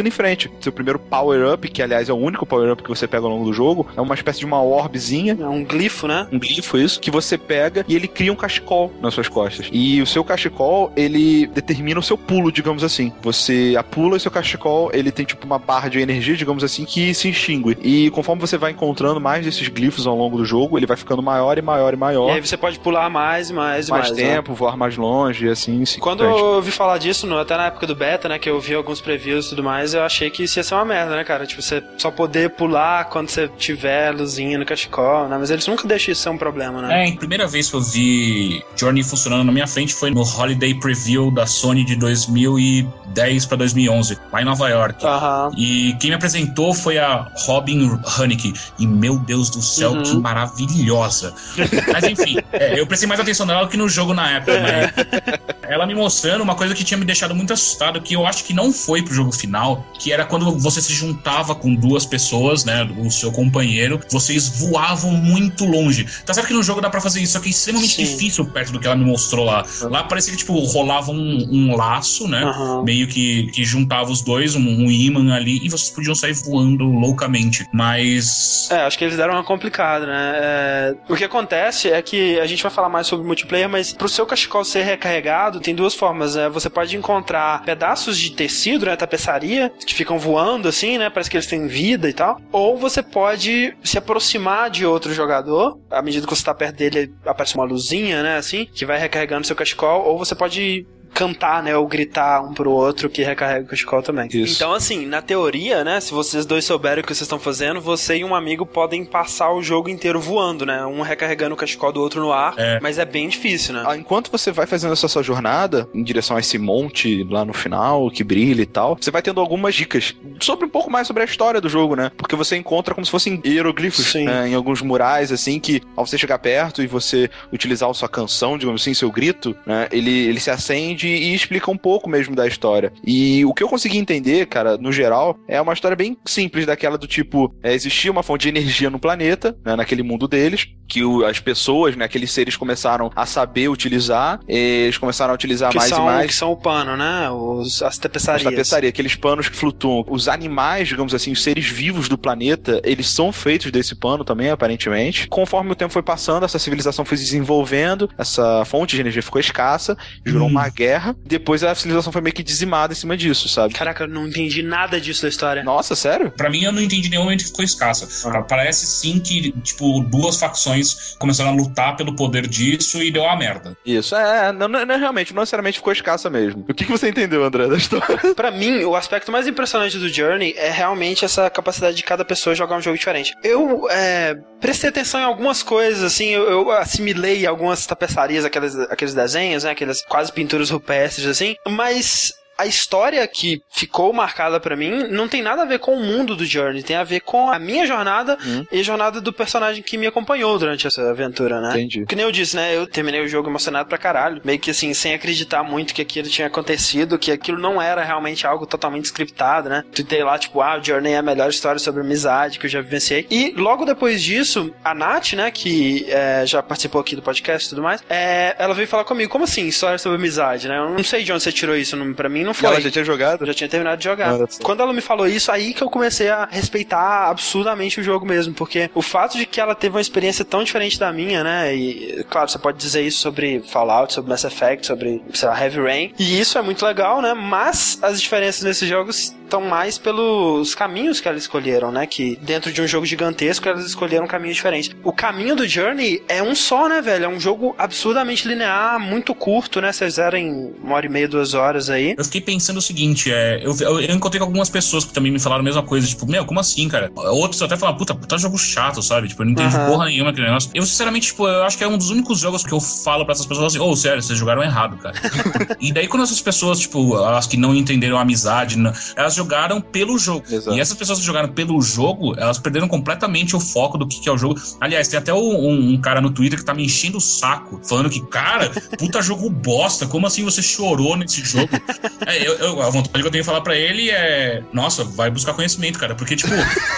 seguindo em frente. Seu primeiro power-up, que aliás é o único power-up que você pega ao longo do jogo, é uma espécie de uma orbezinha. É um glifo, né? Um glifo, isso, que você pega e ele cria um cachecol nas suas costas. E o seu cachecol, ele determina o seu pulo, digamos assim. Você pula e seu cachecol, ele tem tipo uma barra de energia, digamos assim, que se extingue. E conforme você vai encontrando mais desses glifos ao longo do jogo, ele vai ficando maior e maior e maior. E aí você pode pular mais e mais e mais. Mais tempo, né? Voar mais longe, e assim. Quando eu ouvi falar disso, no, até na época do beta, né, que eu vi alguns previews e tudo mais, eu achei que isso ia ser uma merda, né, cara? Tipo, você só poder pular quando você tiver luzinha no cachecol, né? Mas eles nunca deixam isso ser um problema, né? É, a primeira vez que eu vi Journey funcionando na minha frente foi no Holiday Preview da Sony de dois mil e dez pra dois mil e onze, lá em Nova York. Uhum. E quem me apresentou foi a Robin Haneke. E, meu Deus do céu, uhum. que maravilhosa. Mas, enfim, é, eu prestei mais atenção nela do que no jogo na época, né? Ela me mostrando uma coisa que tinha me deixado muito assustado, que eu acho que não foi pro jogo final, que era quando você se juntava com duas pessoas, né, o seu companheiro, vocês voavam muito longe. Tá certo que no jogo dá pra fazer isso, só que é extremamente Sim. difícil perto do que ela me mostrou lá. Uhum. Lá parecia que, tipo, rolava um, um laço, né, uhum. meio que, que juntava os dois, um, um imã ali, e vocês podiam sair voando loucamente, mas... É, acho que eles deram uma complicada, né? É... O que acontece é que a gente vai falar mais sobre multiplayer, mas pro seu cachecol ser recarregado, tem duas formas, né? Você pode encontrar pedaços de tecido, né, tapeçaria, que ficam voando assim, né, parece que eles têm vida e tal, ou você pode se aproximar de outro jogador, à medida que você tá perto dele, aparece uma luzinha, né, assim, que vai recarregando seu cachecol, ou você pode cantar, né, ou gritar um pro outro que recarrega o cachecol também. Isso. Então, assim, na teoria, né, se vocês dois souberem o que vocês estão fazendo, você e um amigo podem passar o jogo inteiro voando, né, um recarregando o cachecol do outro no ar, é. mas é bem difícil, né. Enquanto você vai fazendo essa sua jornada em direção a esse monte lá no final, que brilha e tal, você vai tendo algumas dicas sobre um pouco mais sobre a história do jogo, né, porque você encontra como se fossem hieroglifos, né, em alguns murais, assim, que ao você chegar perto e você utilizar a sua canção, digamos assim, seu grito, né, ele, ele se acende e explica um pouco mesmo da história. E o que eu consegui entender, cara, no geral, é uma história bem simples, daquela do tipo, é, existia uma fonte de energia no planeta, né, naquele mundo deles, que o, as pessoas, né, aqueles seres começaram a saber utilizar, eles começaram a utilizar que mais são, e mais. Que são o pano, né? Os, as tapeçarias. As tapeçarias, aqueles panos que flutuam. Os animais, digamos assim, os seres vivos do planeta, eles são feitos desse pano também, aparentemente. Conforme o tempo foi passando, essa civilização foi se desenvolvendo, essa fonte de energia ficou escassa, gerou hum. uma guerra. Depois a civilização foi meio que dizimada em cima disso, sabe? Caraca, eu não entendi nada disso da história. Nossa, sério? Pra mim, eu não entendi nenhum momento que ficou escassa. Ah. Parece sim que, tipo, duas facções começaram a lutar pelo poder disso e deu uma merda. Isso, é, não, não, não realmente, não necessariamente ficou escassa mesmo. O que, que você entendeu, André, da história? Pra mim, o aspecto mais impressionante do Journey é realmente essa capacidade de cada pessoa jogar um jogo diferente. Eu, é... prestei atenção em algumas coisas, assim, eu, eu assimilei algumas tapeçarias, aqueles, aqueles desenhos, né, aquelas quase pinturas rupestres, assim, mas a história que ficou marcada pra mim não tem nada a ver com o mundo do Journey, tem a ver com a minha jornada hum. e a jornada do personagem que me acompanhou durante essa aventura, né? Entendi. Que nem eu disse, né, eu terminei o jogo emocionado pra caralho, meio que assim, sem acreditar muito que aquilo tinha acontecido, que aquilo não era realmente algo totalmente scriptado, né? Tuitei lá, tipo, ah, o Journey é a melhor história sobre amizade que eu já vivenciei. E logo depois disso, a Nath, né, que é, já participou aqui do podcast e tudo mais, é, ela veio falar comigo, como assim, história sobre amizade, né? Eu não sei de onde você tirou isso, não, pra mim não foi. Ela já tinha jogado? Já tinha terminado de jogar. Ah, quando ela me falou isso, aí que eu comecei a respeitar absurdamente o jogo mesmo, porque o fato de que ela teve uma experiência tão diferente da minha, né, e claro, você pode dizer isso sobre Fallout, sobre Mass Effect, sobre, sei lá, Heavy Rain, e isso é muito legal, né, mas as diferenças nesses jogos estão mais pelos caminhos que elas escolheram, né, que dentro de um jogo gigantesco elas escolheram um caminho diferente. O caminho do Journey é um só, né, velho, é um jogo absurdamente linear, muito curto, né, vocês fizeram em uma hora e meia, duas horas aí. Eu fiquei pensando o seguinte, é, eu, eu, eu encontrei com algumas pessoas que também me falaram a mesma coisa, tipo, meu, como assim, cara? Outros até falaram, puta, tá jogo chato, sabe? Tipo, eu não entendi uhum. porra nenhuma aquele negócio. Eu, sinceramente, tipo, eu acho que é um dos únicos jogos que eu falo pra essas pessoas assim, ô, oh, sério, vocês jogaram errado, cara. E daí quando essas pessoas, tipo, as que não entenderam a amizade, não, elas jogaram pelo jogo. Exato. E essas pessoas que jogaram pelo jogo, elas perderam completamente o foco do que, que é o jogo. Aliás, tem até um, um cara no Twitter que tá me enchendo o saco, falando que, cara, puta jogo bosta, como assim você chorou nesse jogo? É, eu, eu, a vontade que eu tenho de falar pra ele é, nossa, vai buscar conhecimento, cara, porque, tipo,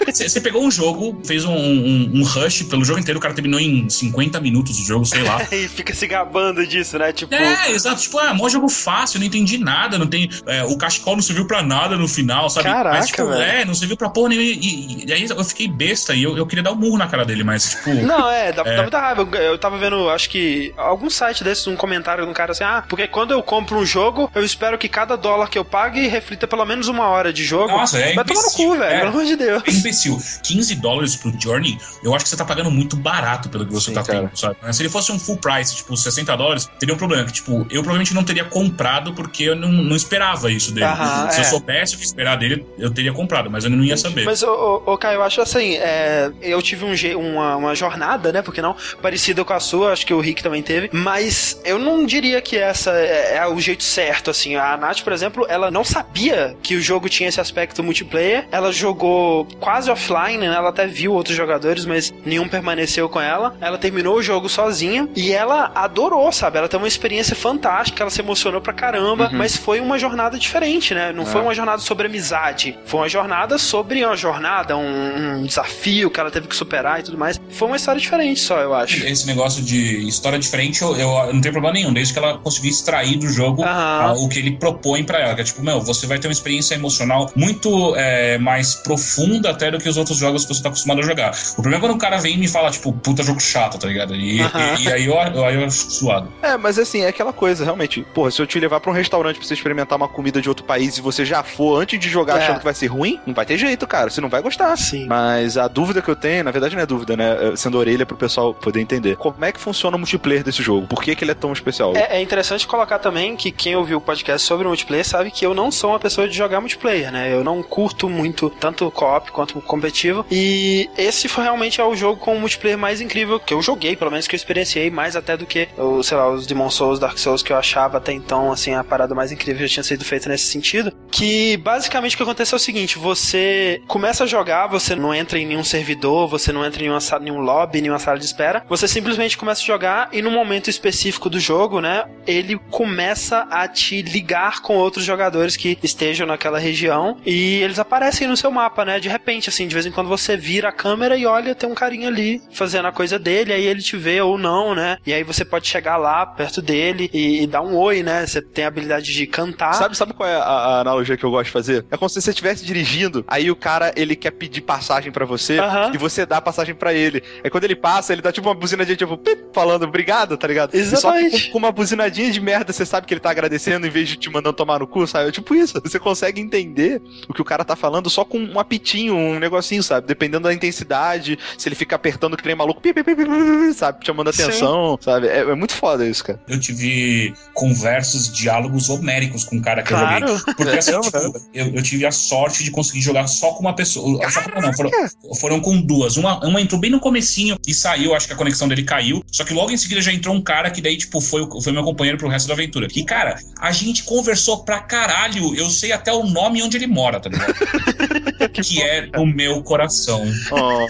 Você pegou um jogo, fez um, um, um rush pelo jogo inteiro, o cara terminou em cinquenta minutos o jogo, sei lá. E fica se gabando disso, né? Tipo... É, exato. Tipo, ah, mó jogo fácil, não entendi nada, não tem... É, o cachecol não serviu pra nada no final, sabe? Caraca, mas, tipo, velho. é, não serviu pra porra nenhuma. E, e, e aí eu fiquei besta e eu, eu queria dar um murro na cara dele, mas, tipo... Não, é, dá, é. dá muita raiva. Eu, eu tava vendo, acho que, algum site desses, um comentário de um cara assim, ah, porque quando eu compro um jogo, eu espero que cada dólar que eu pague reflita pelo menos uma hora de jogo. Nossa, é Vai tomar no cu, velho, é, pelo amor de Deus. É imbecil. quinze dólares pro Journey, eu acho que você tá pagando muito barato pelo que você Sim, tá tendo, sabe? Se ele fosse um full price, tipo, sessenta dólares, teria um problema, que, tipo, eu provavelmente não teria comprado porque eu não, não esperava isso dele. Aham, Se é. eu soubesse o que esperar dele, eu teria comprado, mas eu não ia saber. Mas, ô, ô, ô Caio, eu acho assim, é, eu tive um, uma, uma jornada, né, porque não, parecida com a sua, acho que o Rick também teve, mas eu não diria que essa é, é o jeito certo, assim. A Nath, por exemplo, ela não sabia que o jogo tinha esse aspecto multiplayer, ela jogou quase offline, né, ela até viu outros jogadores, mas nenhum permaneceu com ela, ela terminou o jogo sozinha e ela adorou, sabe, ela teve uma experiência fantástica, ela se emocionou pra caramba, uhum. mas foi uma jornada diferente, né, não é. foi uma jornada sobre amizade, foi uma jornada sobre uma jornada, um, um desafio que ela teve que superar e tudo mais, foi uma história diferente só, eu acho. Esse negócio de história diferente, eu, eu não tenho problema nenhum, desde que ela conseguir extrair do jogo uhum. a, o que ele propõe pra ela, que é tipo, meu, você vai ter uma experiência emocional muito é, mais profunda até do que os outros jogos que você tá acostumado a jogar. O problema é quando o cara vem e me fala, tipo, puta jogo chato, tá ligado? E, uhum. e, e aí, eu, aí eu acho suado. É, mas assim, é aquela coisa, realmente, porra, se eu te levar pra um restaurante pra você experimentar uma comida de outro país e você já for antes de jogar é. achando que vai ser ruim, não vai ter jeito, cara, você não vai gostar. Sim. Mas a dúvida que eu tenho, na verdade não é dúvida, né, sendo orelha pro pessoal poder entender, como é que funciona o multiplayer desse jogo? Por que que ele é tão especial? É, é interessante colocar também que quem ouviu o podcast sobre o multiplayer sabe que eu não sou uma pessoa de jogar multiplayer, né, eu não curto muito tanto co-op quanto competitivo, e esse foi realmente é o jogo com o multiplayer mais incrível que eu joguei, pelo menos que eu experienciei, mais até do que, o, sei lá, os Demon Souls, Dark Souls, que eu achava até então, assim, a parada mais incrível que já tinha sido feita nesse sentido, que basicamente o que acontece é o seguinte, você começa a jogar, você não entra em nenhum servidor, você não entra em nenhuma, nenhum lobby, nenhuma sala de espera, você simplesmente começa a jogar e no momento específico do jogo, né, ele começa a te ligar com outros jogadores que estejam naquela região e eles aparecem no seu mapa, né, de repente, assim, de vez em quando você vira a câmera e olha, tem um carinha ali fazendo a coisa dele, aí ele te vê ou não, né, e aí você pode chegar lá perto dele e, e dar um oi, né, você tem a habilidade de cantar. Sabe, sabe qual é a, a analogia que eu gosto de fazer? É como se você estivesse dirigindo, aí o cara, ele quer pedir passagem pra você uh-huh. e você dá a passagem pra ele. Aí quando ele passa, ele dá tipo uma buzinadinha, tipo, pip, falando obrigado, tá ligado? Exatamente. E só que com, com uma buzinadinha de merda, você sabe que ele tá agradecendo em vez de te mandando tomar no cu, sabe? É tipo isso. Você consegue entender o que o cara tá falando só com um apitinho, um negocinho, sabe? Dependendo da intensidade, se ele fica apertando que nem maluco, pip, pip, pip, pip, sabe? Chamando atenção, Sim. sabe? É, é muito foda isso, cara. Eu tive conversas, diálogos homéricos com o cara que claro. eu joguei. Porque assim, tipo, eu, eu tive a sorte de conseguir jogar só com uma pessoa. Só com, não, foram, foram com duas. Uma, uma entrou bem no comecinho e saiu, acho que a conexão dele caiu. Só que logo em seguida já entrou um cara que daí, tipo, foi, foi meu companheiro pro resto da aventura. E, cara, a gente conversou pra caralho. Eu sei até o nome onde ele mora, tá ligado? que que é o meu coração. Oh.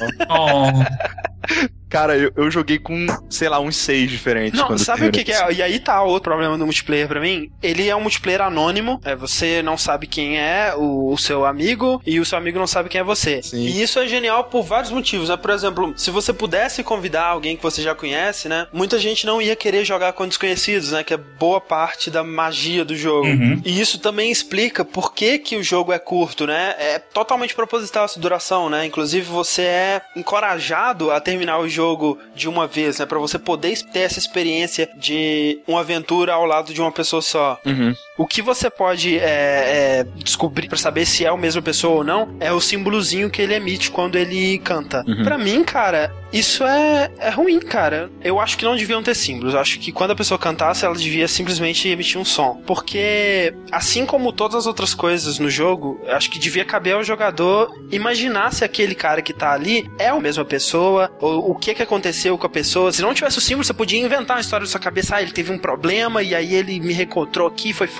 Oh. Cara, eu, eu joguei com, sei lá, uns seis diferentes. Não, sabe o que, que é? E aí tá outro problema do multiplayer pra mim. Ele é um multiplayer anônimo. É, você não sabe quem é o, o seu amigo e o seu amigo não sabe quem é você. Sim. E isso é genial por vários motivos, né? Por exemplo, se você pudesse convidar alguém que você já conhece, né? Muita gente não ia querer jogar com desconhecidos, né? Que é boa parte da magia do jogo. Uhum. E isso também explica por que que o jogo é curto, né? É totalmente proposital essa duração, né? Inclusive, você é encorajado a terminar o jogo jogo de uma vez, né? Pra você poder ter essa experiência de uma aventura ao lado de uma pessoa só. Uhum. O que você pode é, é, descobrir pra saber se é a mesma pessoa ou não é o símbolozinho que ele emite quando ele canta. Uhum. Pra mim, cara, isso é, é ruim, cara. Eu acho que não deviam ter símbolos. Eu acho que quando a pessoa cantasse, ela devia simplesmente emitir um som. Porque, assim como todas as outras coisas no jogo, eu acho que devia caber ao jogador imaginar se aquele cara que tá ali é a mesma pessoa, ou o que que aconteceu com a pessoa. Se não tivesse o símbolo, você podia inventar uma história da sua cabeça. Ah, ele teve um problema e aí ele me reencontrou aqui, foi foda.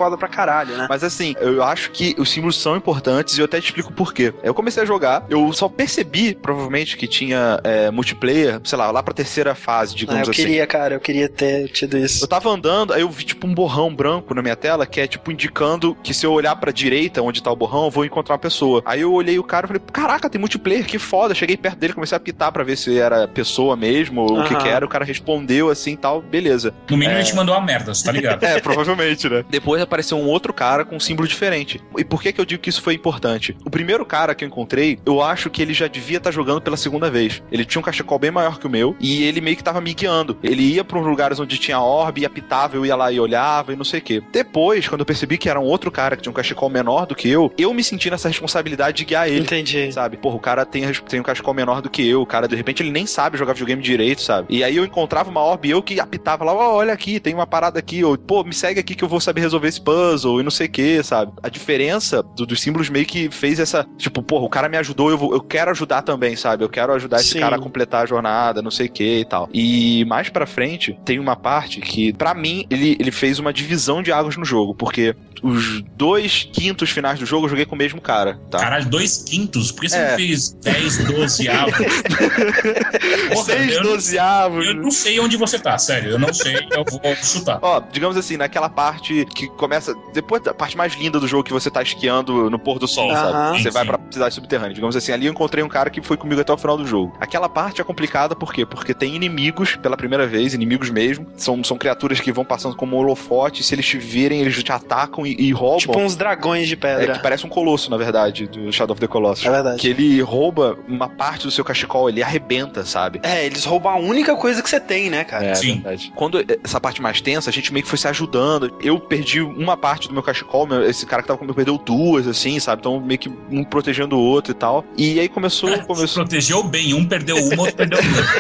foda pra caralho, né? Mas assim, eu acho que os símbolos são importantes e eu até te explico por quê. Eu comecei a jogar, eu só percebi, provavelmente, que tinha é, multiplayer, sei lá, lá pra terceira fase, digamos ah, eu assim. Eu queria, cara, eu queria ter tido isso. Eu tava andando, aí eu vi tipo um borrão branco na minha tela, que é tipo indicando que se eu olhar pra direita, onde tá o borrão, eu vou encontrar uma pessoa. Aí eu olhei o cara e falei, caraca, tem multiplayer, que foda. Cheguei perto dele, comecei a pitar pra ver se era pessoa mesmo, ou o que que era. O cara respondeu assim e tal, beleza. No mínimo é... ele te mandou uma merda, você tá ligado? É, provavelmente, né? Depois apareceu um outro cara com um símbolo diferente. E por que que eu digo que isso foi importante? O primeiro cara que eu encontrei, eu acho que ele já devia estar jogando pela segunda vez. Ele tinha um cachecol bem maior que o meu, e ele meio que tava me guiando. Ele ia pra uns lugares onde tinha orbe, e apitava, eu ia lá e olhava, e não sei o quê. Depois, quando eu percebi que era um outro cara que tinha um cachecol menor do que eu, eu me senti nessa responsabilidade de guiar ele. Entendi. Sabe? Porra, o cara tem, tem um cachecol menor do que eu, o cara, de repente, ele nem sabe jogar videogame direito, sabe? E aí eu encontrava uma orbe e eu que apitava lá, oh, olha aqui, tem uma parada aqui, ou, pô, me segue aqui que eu vou saber resolver esse puzzle, e não sei o que, sabe? A diferença do, dos símbolos meio que fez essa, tipo, porra, o cara me ajudou, eu, vou, eu quero ajudar também, sabe? Eu quero ajudar esse Sim. cara a completar a jornada, não sei o que e tal. E mais pra frente, tem uma parte que, pra mim, ele, ele fez uma divisão de águas no jogo, porque os dois quintos finais do jogo eu joguei com o mesmo cara, tá? Caralho, dois quintos? Por que você É. não fez dez, doze avos? Seis dozeavos. Eu não sei onde você tá, sério. Eu não sei, eu vou chutar. Ó, digamos assim, naquela parte que começa, depois da parte mais linda do jogo que você tá esquiando no pôr do sol, Aham. sabe? Você Sim, vai sim. pra cidade subterrânea. Digamos assim, ali eu encontrei um cara que foi comigo até o final do jogo. Aquela parte é complicada, por quê? Porque tem inimigos pela primeira vez, inimigos mesmo. São, são criaturas que vão passando como holofote, se eles te virem, eles te atacam e, e roubam. Tipo uns dragões de É, pedra. que parece um colosso, na verdade, do Shadow of the Colossus. É verdade. Que ele rouba uma parte do seu cachecol, ele arrebenta, sabe? É, eles roubam a única coisa que você tem, né, cara? É, Sim. verdade. Quando essa parte mais tensa, a gente meio que foi se ajudando. Eu perdi uma parte do meu cachecol, meu- esse cara que tava comigo perdeu duas, assim, sabe? Então meio que um protegendo o outro e tal. E aí começou... Se começou... protegeu bem, um perdeu uma, outro perdeu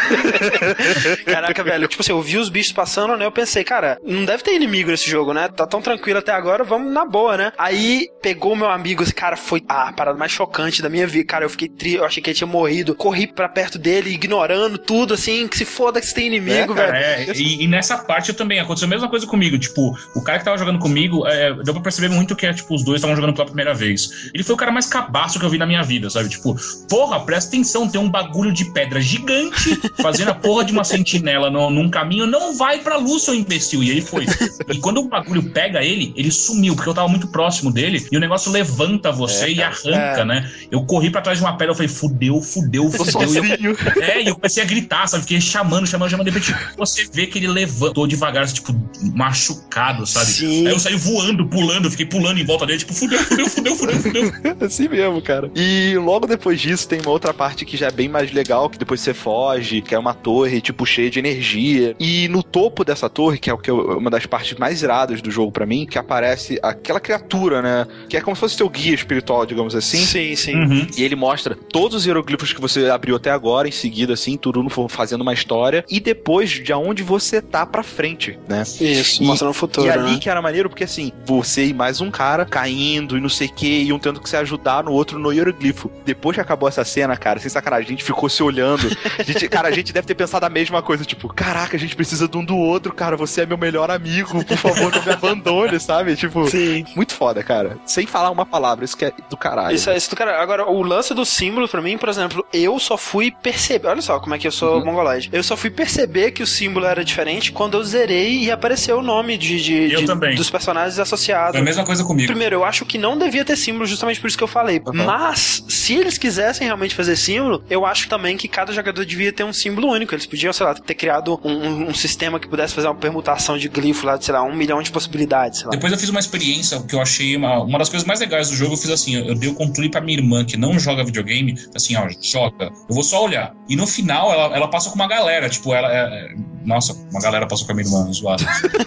duas. Caraca, velho. Tipo assim, eu vi os bichos passando, né? Eu pensei, cara, não deve ter inimigo nesse jogo, né? Tá tão tranquilo até agora, vamos na boa, né? Aí pegou o meu amigo, esse cara foi ah, a parada mais chocante da minha vida. Cara, eu fiquei tri... eu achei que ele tinha morrido. Corri pra perto dele, ignorando tudo, assim, que se foda que você tem inimigo, É, velho. cara, É, e, e nessa parte eu também aconteceu a mesma coisa comigo. Tipo, o cara que tava jogando comigo, é, deu pra perceber muito que é, tipo, os dois estavam jogando pela primeira vez. Ele foi o cara mais cabaço que eu vi na minha vida, sabe? Tipo, porra, presta atenção, tem um bagulho de pedra gigante fazendo a porra de uma sentinela no, num caminho, não vai pra luz, seu imbecil. E ele foi. E quando o bagulho pega ele, ele sumiu, porque eu tava muito próximo dele, e o negócio levanta você É, e cara. arranca, É. né? Eu corri pra trás de uma pedra, eu falei, fudeu, fudeu, Tô fudeu. E eu, sozinho. é, e eu comecei a gritar, sabe? Fiquei chamando, chamando, chamando. De repente, você vê que ele levantou devagar, tipo, machucado, sabe? Sim. Aí eu saí voando, pulando, fiquei pulando em volta dele, tipo, fudeu, fudeu, fudeu, fudeu, fudeu. Assim mesmo, cara. E logo depois disso tem uma outra parte que já é bem mais legal, que depois você foge, que é uma torre, tipo, cheia de energia. E no topo dessa torre, que é o que eu- uma das partes mais iradas do jogo pra mim, que aparece aquela criatura, né? Que é como se fosse seu guia espiritual, digamos assim. Sim, sim. Uhum. E ele mostra todos os hieroglifos que você abriu até agora, em seguida, assim, tudo fazendo uma história. E depois de aonde você tá pra frente, né? Isso, E- mostrando o futuro, E ali né? que era maneiro, porque assim, você e mais um cara caindo e não sei o que, e um tendo que se ajudar no outro no hieroglifo. Depois que acabou essa cena, cara, sem sacanagem, a gente ficou se olhando. A gente- cara, a gente deve ter pensado a mesma coisa, tipo, caraca, a gente precisa de um do outro, cara, você é meu melhor amigo, por favor, não me abandone, sabe? Tipo, Sim. muito foda, cara. Sem falar uma palavra, isso que é do caralho. Isso, é- isso do cara. Agora, o lance do símbolo, pra mim, por exemplo, eu só fui perceber. Olha só como é que eu sou Uhum. mongoloide. Eu só fui perceber que o símbolo era diferente quando eu zerei e apareceu o nome de, de- Eu de- também. dos personagens associados. Foi a mesma coisa comigo. Primeiro, eu acho que não devia ter símbolo, justamente por isso que eu falei. Uhum. Mas, se eles quisessem realmente fazer símbolo, eu acho também que cada jogador devia ter um símbolo único. Eles podiam, sei lá, ter criado um, um- um sistema que pudesse fazer uma permutação de glifo lá de, sei lá, um milhão de possibilidades, sei lá. Depois eu fiz uma experiência que eu achei uma, uma das coisas mais legais do jogo. Eu fiz assim, eu dei o controle pra minha irmã que não joga videogame, assim, ó, joga. Eu vou só olhar. E no final ela, ela passa com uma galera, tipo, ela é, nossa, uma galera passou com a minha irmã, zoada.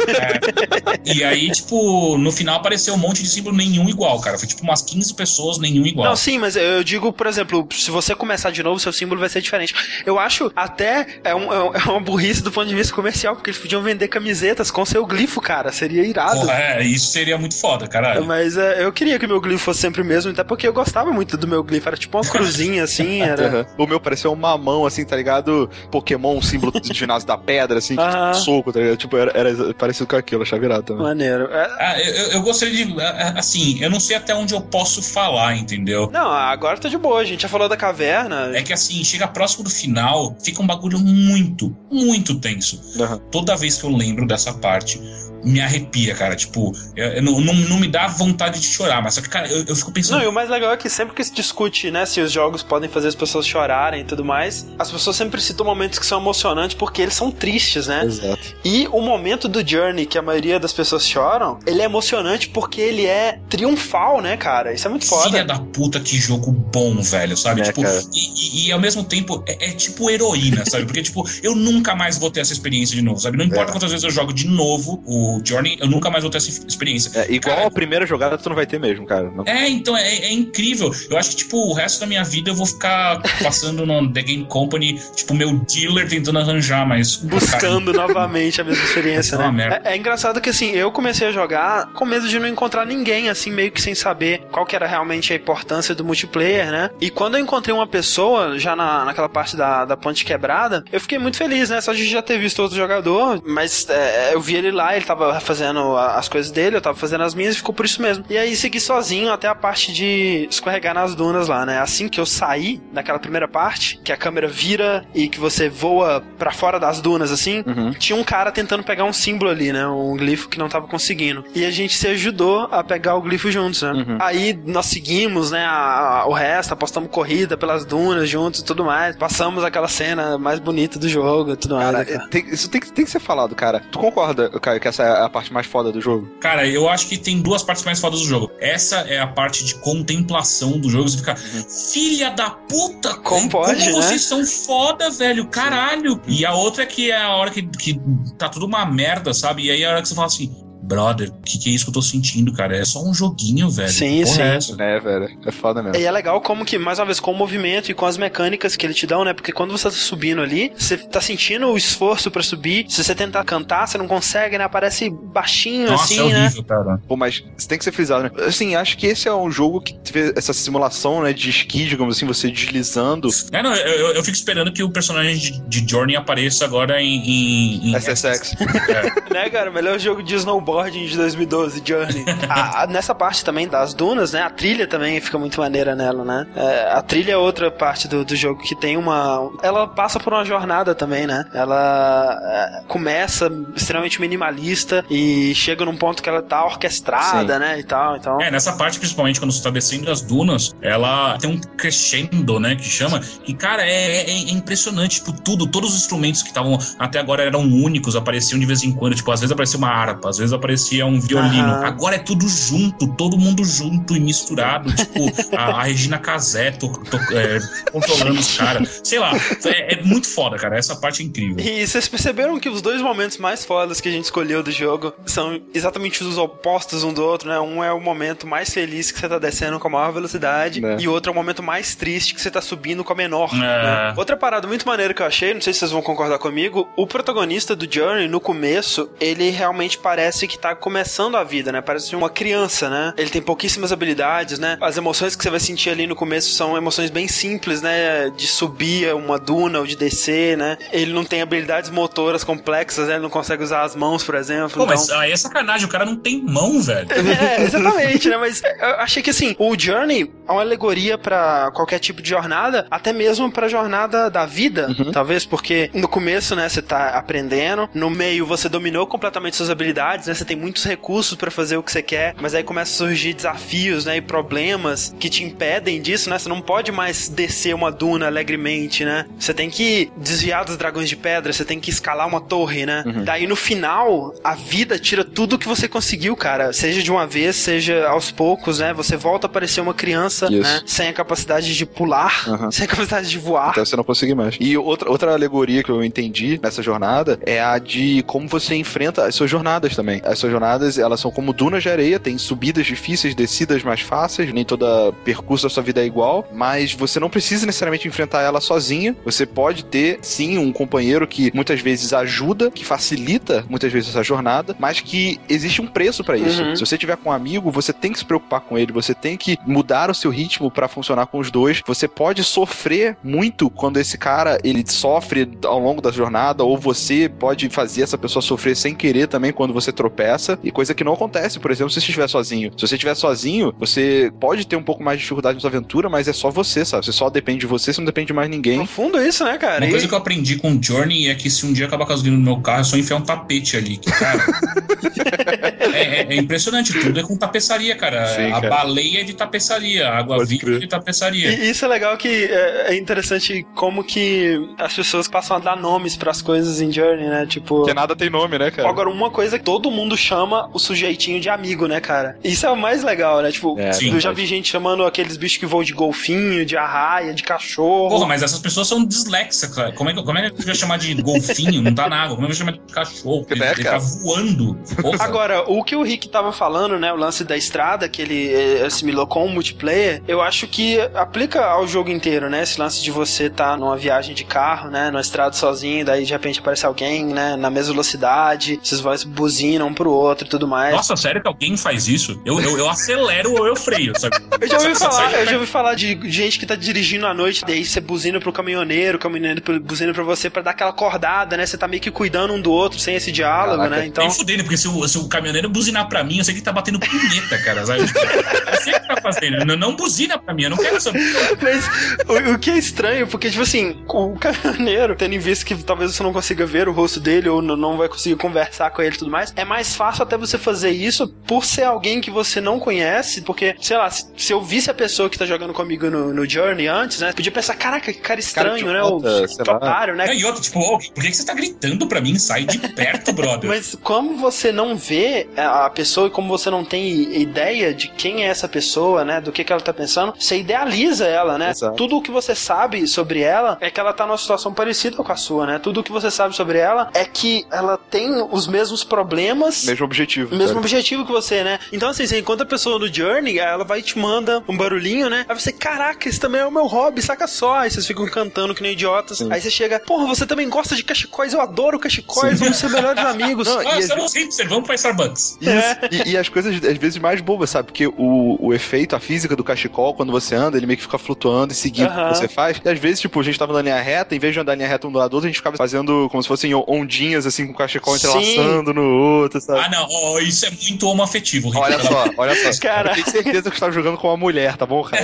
É, e aí, tipo, no final apareceu um monte de símbolo, nenhum igual, cara. Foi tipo umas quinze pessoas, nenhum igual. Não, sim, mas eu digo, por exemplo, se você começar de novo, seu símbolo vai ser diferente. Eu acho até é, um- é um- é uma burrice do ponto de vista comercial, porque eles podiam vender camisetas com seu glifo, cara. Seria irado. Porra, é, isso seria muito foda, caralho. Mas é, eu queria que meu glifo fosse sempre o mesmo, até porque eu gostava muito do meu glifo. Era tipo uma cruzinha assim, era. Uhum. O meu pareceu uma mão, assim, tá ligado? Pokémon, símbolo do ginásio da pedra, pedra, assim, uh-huh. tipo, soco, tá ligado? Tipo, era, era parecido com aquilo, achava virado também. Maneiro. É... Ah, eu, eu gostaria de... Assim, eu não sei até onde eu posso falar, entendeu? Não, agora tá de boa, a gente já falou da caverna. É que assim, chega próximo do final, fica um bagulho muito, muito tenso. Uhum. Toda vez que eu lembro dessa parte, me arrepia, cara. Tipo, eu, eu não, não, não me dá vontade de chorar, mas só que, cara, eu, eu fico pensando... Não, e o mais legal é que sempre que se discute, né, se os jogos podem fazer as pessoas chorarem e tudo mais, as pessoas sempre citam momentos que são emocionantes porque eles são tristes, né? Exato. E o momento do Journey, que a maioria das pessoas choram, ele é emocionante porque ele é triunfal, né, cara? Isso é muito foda. Filha da puta, que jogo bom, velho, sabe? É, tipo, e, e, e ao mesmo tempo é, é tipo heroína, sabe? Porque, tipo, eu nunca mais vou ter essa experiência de novo, sabe? Não importa é. quantas vezes eu jogo de novo o Journey, eu nunca mais vou ter essa experiência. É, igual cara, a primeira jogada tu não vai ter mesmo, cara. Não. É, então, é, é incrível. Eu acho que, tipo, o resto da minha vida eu vou ficar passando no The Game Company, tipo, meu dealer tentando arranjar, mas... Buscando cara... novamente a mesma experiência, é né? É, é engraçado que, assim, eu comecei a jogar com medo de não encontrar ninguém, assim, meio que sem saber qual que era realmente a importância do multiplayer, né? E quando eu encontrei uma pessoa, já na, naquela parte da, da ponte quebrada, eu fiquei muito feliz, né? Só de já ter visto outro jogador, mas é, eu vi ele lá, ele tava fazendo as coisas dele, eu tava fazendo as minhas e ficou por isso mesmo. E aí segui sozinho até a parte de escorregar nas dunas lá, né? Assim que eu saí daquela primeira parte, que a câmera vira e que você voa pra fora das dunas, assim, uhum. tinha um cara tentando pegar um símbolo ali, né? Um glifo que não tava conseguindo. E a gente se ajudou a pegar o glifo juntos, né? Uhum. Aí nós seguimos, né? A, a, o resto, apostamos corrida pelas dunas juntos e tudo mais. Passamos aquela cena mais bonita do jogo e tudo cara, mais. Cara. Tem, isso tem, tem que ser falado, cara. Tu concorda, Caio, que essa é a parte mais foda do jogo? Cara, eu acho que tem duas partes mais fodas do jogo. Essa é a parte de contemplação do jogo. Você fica, uhum. filha da puta! Como pode, como né? vocês são foda, velho, caralho! E a outra é que é a hora que, que tá tudo uma merda, sabe? E aí é a hora que você fala assim... Brother, o que, que é isso que eu tô sentindo, cara? É só um joguinho, velho. Sim, sim. É, é, velho. É foda mesmo. E é legal como que, mais uma vez, com o movimento e com as mecânicas que ele te dão, né? Porque quando você tá subindo ali, você tá sentindo o esforço pra subir. Se você tentar cantar, você não consegue, né? Aparece baixinho, Nossa, assim, é horrível, né? Cara. Pô, mas você tem que ser frisado, né? Assim, acho que esse é um jogo que teve essa simulação, né? De esqui, digamos assim, você deslizando. É, não, eu, eu fico esperando que o personagem de, de Journey apareça agora em... em, em S S X. É. Né, cara? Melhor jogo de snowboarding de dois mil e doze. Journey. a, a, nessa parte também das dunas, né? A trilha também fica muito maneira nela, né? É, a trilha é outra parte do, do jogo que tem uma... Ela passa por uma jornada também, né? Ela é, começa extremamente minimalista e chega num ponto que ela tá orquestrada, Sim. né? E tal, então... É, nessa parte, principalmente, quando você tá descendo as dunas, ela tem um crescendo, né? Que chama. E, cara, é, é, é impressionante. Tipo, tudo, todos os instrumentos que estavam até agora eram únicos, apareciam de vez em quando. Tipo, às vezes aparecia uma harpa, às vezes aparecia um violino. Uhum. Agora é tudo junto, todo mundo junto e misturado. Tipo, a, a Regina Casé to, to, é, controlando os caras. Sei lá, é, é muito foda, cara. Essa parte é incrível. E vocês perceberam que os dois momentos mais fodas que a gente escolheu do jogo são exatamente os opostos um do outro, né? Um é o momento mais feliz que você tá descendo com a maior velocidade, é. e o outro é o momento mais triste que você tá subindo com a menor. É. Né? Outra parada muito maneira que eu achei, não sei se vocês vão concordar comigo, o protagonista do Journey, no começo, ele realmente parece que tá começando a vida, né? Parece uma criança, né? Ele tem pouquíssimas habilidades, né? As emoções que você vai sentir ali no começo são emoções bem simples, né? De subir uma duna ou de descer, né? Ele não tem habilidades motoras complexas, né? Ele não consegue usar as mãos, por exemplo. Pô, então... mas aí é sacanagem, o cara não tem mão, velho. É, exatamente, né? Mas eu achei que, assim, o Journey é uma alegoria pra qualquer tipo de jornada, até mesmo pra jornada da vida, uhum. talvez, porque no começo, né, você tá aprendendo, no meio você dominou completamente suas habilidades, né? Você tem muitos recursos pra fazer o que você quer, mas aí começa a surgir desafios, né, e problemas que te impedem disso, né? Você não pode mais descer uma duna alegremente, né? Você tem que desviar dos dragões de pedra, você tem que escalar uma torre, né? Uhum. Daí no final, a vida tira tudo que você conseguiu, cara. Seja de uma vez, seja aos poucos, né? Você volta a parecer uma criança, Isso. né? Sem a capacidade de pular, uhum. sem a capacidade de voar. Até você não conseguir mais. E outra, outra alegoria que eu entendi nessa jornada é a de como você enfrenta as suas jornadas também. A as suas jornadas, elas são como dunas de areia, tem subidas difíceis, descidas mais fáceis, nem todo percurso da sua vida é igual, mas você não precisa necessariamente enfrentar ela sozinha, você pode ter, sim, um companheiro que muitas vezes ajuda, que facilita muitas vezes essa jornada, mas que existe um preço pra isso. Uhum. Se você tiver com um amigo, você tem que se preocupar com ele, você tem que mudar o seu ritmo pra funcionar com os dois, você pode sofrer muito quando esse cara, ele sofre ao longo da jornada, ou você pode fazer essa pessoa sofrer sem querer também quando você tropeça, e coisa que não acontece, por exemplo, se você estiver sozinho. Se você estiver sozinho, você pode ter um pouco mais de dificuldade na sua aventura, mas é só você, sabe? Você só depende de você, você não depende de mais ninguém. Profundo isso, né, cara? Uma e... coisa que eu aprendi com o Journey é que se um dia acabar a gasolina no meu carro, é só enfiar um tapete ali, que, cara... é, é, é impressionante, tudo é com tapeçaria, cara. Sim, a cara. Baleia é de tapeçaria, a água viva é de tapeçaria. E isso é legal que é, é interessante como que as pessoas passam a dar nomes pras coisas em Journey, né? Tipo... Porque nada tem nome, né, cara? Agora, uma coisa que todo mundo chama o sujeitinho de amigo, né, cara? Isso é o mais legal, né? Tipo, é, eu já vi gente chamando aqueles bichos que voam de golfinho, de arraia, de cachorro. Porra, mas essas pessoas são dislexas, cara. Como é que, como é que vai chamar de golfinho? Não tá na água. Como é que vai chamar de cachorro? Ele, é, ele tá voando. Porra. Agora, o que o Rick tava falando, né? O lance da estrada, que ele assimilou com o multiplayer, eu acho que aplica ao jogo inteiro, né? Esse lance de você tá numa viagem de carro, né? Numa estrada sozinho, daí de repente aparece alguém, né? Na mesma velocidade, vocês vão buzinam um pro outro e tudo mais. Nossa, sério que alguém faz isso? Eu, eu, eu acelero ou eu freio, sabe? Eu já ouvi falar, eu já ouvi falar de gente que tá dirigindo à noite, daí você buzina pro caminhoneiro, o caminhoneiro buzina pra você pra dar aquela acordada, né? Você tá meio que cuidando um do outro sem esse diálogo, Caraca, né? Então... Nem fudendo, porque se o, se o caminhoneiro buzinar pra mim, eu sei que ele tá batendo punheta, cara, sabe? Tipo, eu sei o que tá fazendo, não, não buzina pra mim, eu não quero saber. Mas o, o que é estranho, porque, tipo assim, o caminhoneiro, tendo em vista que talvez você não consiga ver o rosto dele ou não, não vai conseguir conversar com ele e tudo mais, é mais fácil até você fazer isso por ser alguém que você não conhece, porque, sei lá, se, se eu visse a pessoa que tá jogando comigo no, no Journey antes, né, podia pensar, caraca, que cara estranho, cara né, volta, o que otário, né? E outro, tipo, oh, por que você tá gritando pra mim? Sai de perto, brother. Mas como você não vê a pessoa e como você não tem ideia de quem é essa pessoa, né, do que que ela tá pensando, você idealiza ela, né? Exato. Tudo o que você sabe sobre ela é que ela tá numa situação parecida com a sua, né? Tudo o que você sabe sobre ela é que ela tem os mesmos problemas, mesmo objetivo, mesmo cara. objetivo que você, né? Então assim, você encontra a pessoa no Journey, ela vai e te manda um barulhinho, né? Aí você, caraca, esse também é o meu hobby, saca só. Aí vocês ficam cantando que nem idiotas. Sim. Aí você chega, porra, você também gosta de cachecóis, eu adoro cachecóis, Sim. vamos ser melhores amigos. Não, ah, somos simples, vamos pra Starbucks. Isso, é. e, e as coisas às vezes mais bobas, sabe? Porque o, o efeito, a física do cachecol, quando você anda, ele meio que fica flutuando e seguindo uh-huh. o que você faz. E às vezes, tipo, a gente tava na linha reta, em vez de andar em linha reta um do lado do outro, a gente ficava fazendo como se fossem ondinhas, assim, com o cachecol Sim. entrelaçando no outro, sabe? Ah, não, oh, isso é muito homoafetivo. Rico. Olha só, olha só. Cara... Eu tenho certeza que você tava jogando com uma mulher, tá bom, cara?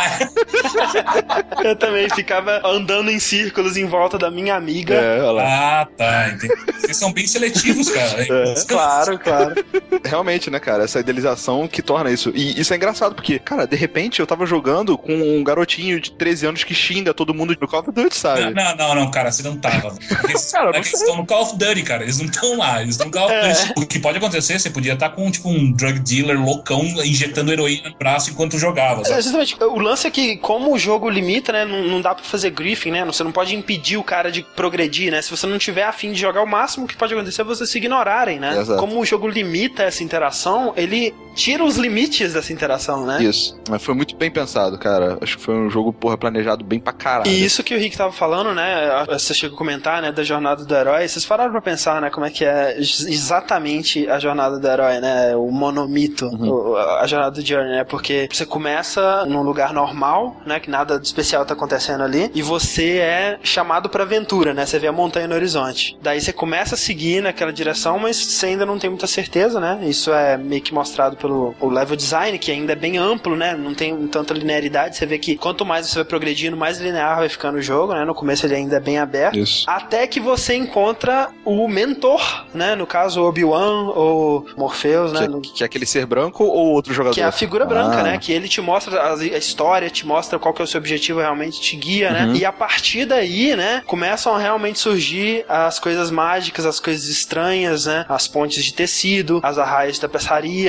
Eu também ficava andando em círculos em volta da minha amiga. É, olha lá. Ah, tá. Entendi. Vocês são bem seletivos, cara. É. Claro, claro. Realmente, né, cara? Essa idealização que torna isso. E isso é engraçado, porque, cara, de repente eu tava jogando com um garotinho de treze anos que xinga todo mundo no Call of Duty, sabe? Não, não, não, cara, você não tava. Eles, cara, não eles estão no Call of Duty, cara. Eles não estão lá, eles estão no Call of Duty. É. O que pode acontecer, você podia estar com, tipo, um drug dealer loucão injetando heroína no braço enquanto jogava. Sabe? É, justamente. O lance é que, como o jogo limita, né, não, não dá pra fazer griefing, né? Você não pode impedir o cara de progredir, né? Se você não tiver a fim de jogar, o máximo que pode acontecer é vocês se ignorarem, né? Exato. Como o jogo limita essa interação, ele tira os limites dessa interação, né? Isso. Mas foi muito bem pensado, cara. Acho que foi um jogo, porra, planejado bem pra caralho. E isso que o Rick tava falando, né? Você chegou a comentar, né? Da jornada do herói. Vocês pararam pra pensar, né? Como é que é exatamente a jornada do herói, né? O monomito, uhum. a jornada do Journey, né? Porque você começa num lugar normal, né? Que nada de especial tá acontecendo ali. E você é chamado pra aventura, né? Você vê a montanha no horizonte. Daí você começa a seguir naquela direção, mas você ainda não tem muita certeza, né? Isso é meio que mostrado pelo o level design, que ainda é bem amplo, né? Não tem tanta linearidade. Você vê que quanto mais você vai progredindo, mais linear vai ficando o jogo, né? No começo ele ainda é bem aberto. Isso. Até que você encontra o mentor, né? No caso, o Obi-Wan ou Morpheus, né? Que, no... que é aquele ser branco ou outro jogador? Que é a figura branca, ah. né? Que ele te mostra a, a história, te mostra qual que é o seu objetivo, realmente te guia, uhum. né? E a partir daí, né? Começam a realmente surgir as coisas mágicas, as coisas estranhas, né? As pontes de tecido, as arraias de tapeçaria. E mais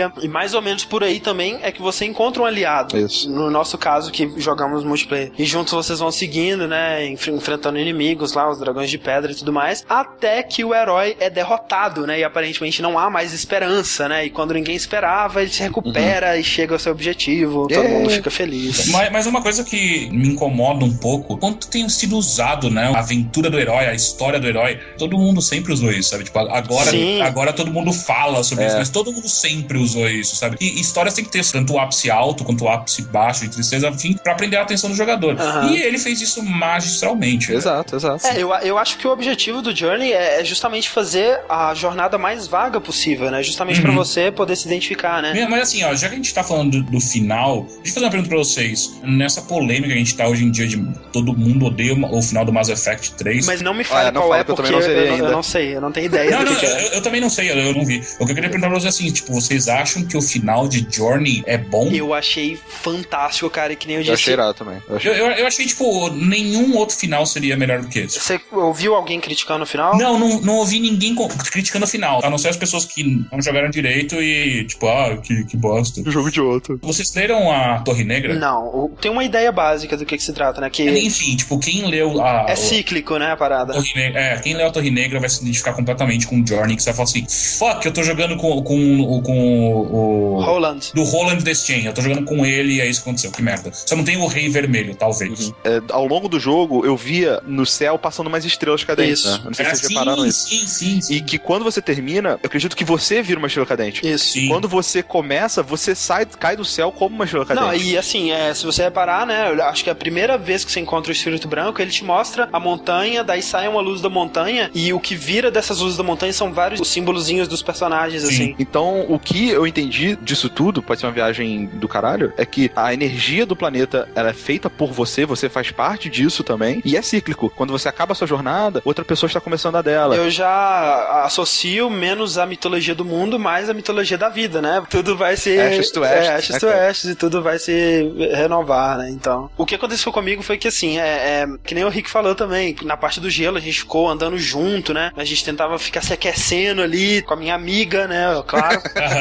mais ou menos por aí também é que você encontra um aliado. Isso. No nosso caso, que jogamos multiplayer. E juntos vocês vão seguindo, né? Enf- enfrentando inimigos lá, os dragões de pedra e tudo mais, até que o herói é derrotado, né? E aparentemente não há mais esperança, né? E quando ninguém esperava, ele se recupera uhum. e chega ao seu objetivo. Todo é. mundo fica feliz. Mas, mas uma coisa que me incomoda um pouco, quanto tem sido usado, né? A aventura do herói, a história do herói. Todo mundo sempre usou isso, sabe? Tipo, agora, agora todo mundo fala sobre é. isso, mas todo mundo sempre usou isso, sabe? E histórias tem que ter tanto o ápice alto quanto o ápice baixo de tristeza, enfim, pra prender a atenção do jogador. Uhum. E ele fez isso magistralmente. Exato, né? exato. É, eu, eu acho que o objetivo do Journey é justamente fazer a jornada mais vaga possível, né? Justamente uhum. pra você poder se identificar, né? Mas assim, ó, já que a gente tá falando do, do final, deixa eu fazer uma pergunta pra vocês. Nessa polêmica que a gente tá hoje em dia de todo mundo odeia o final do Mass Effect três. Mas não me fale ah, não qual fala, é, porque eu, não eu, não, eu não sei, eu não tenho ideia não, do não, que, que eu, é. Eu, eu também não sei, eu, eu não vi. O que eu queria perguntar pra vocês é assim, tipo, vocês acham que o final de Journey é bom? Eu achei fantástico, cara, e que nem eu disse. Eu achei irado também. Eu achei... Eu, eu, eu achei, tipo, nenhum outro final seria melhor do que esse. Você ouviu alguém criticando o final? Não, não, não ouvi ninguém criticando o final. A não ser as pessoas que não jogaram direito e, tipo, ah, que, que bosta. Jogo de outro. Vocês leram a Torre Negra? Não, tem uma ideia básica do que, que se trata, né? Que... Enfim, tipo, quem leu a... É cíclico, né, a parada. Torre Negra, é, quem leu a Torre Negra vai se identificar completamente com o Journey, que você vai falar assim, fuck, eu tô jogando com, com, com o... Roland. Do Roland Deschain, eu tô jogando com ele e é isso que aconteceu, que merda. Só não tem o Rei Vermelho, talvez. Uhum. É, ao longo do jogo, eu via no céu passando umas estrelas cadentes, isso. né? Não sei é, se vocês repararam isso. Sim, sim, sim. E que quando você termina, eu acredito que você vira uma estrela cadente. Isso. Sim. Quando você começa, você sai, cai do céu como uma estrela cadente. Não, e assim, é, se você reparar, né, eu acho que a primeira vez que você encontra o Espírito Branco, ele te mostra a montanha, daí sai uma luz da montanha, e o que vira dessas luzes da montanha são vários símbolozinhos dos personagens, Sim. assim. Então, o que eu entendi disso tudo, pode ser uma viagem do caralho, é que a energia do planeta, ela é feita por você, você faz parte disso também, e é cíclico. Quando você acaba a sua jornada, outra pessoa está começando a dela. Eu já associo menos a mitologia do mundo, mais a mitologia da vida, né? Tudo vai se... Ashes to Ashes. É, Ashes to Ashes, e tudo vai se renovar, né? Então, o que aconteceu comigo foi que, assim, é, é que nem o Rick falou também, na parte do gelo a gente ficou andando junto, né? A gente tentava ficar se aquecendo ali com a minha amiga, né? Claro.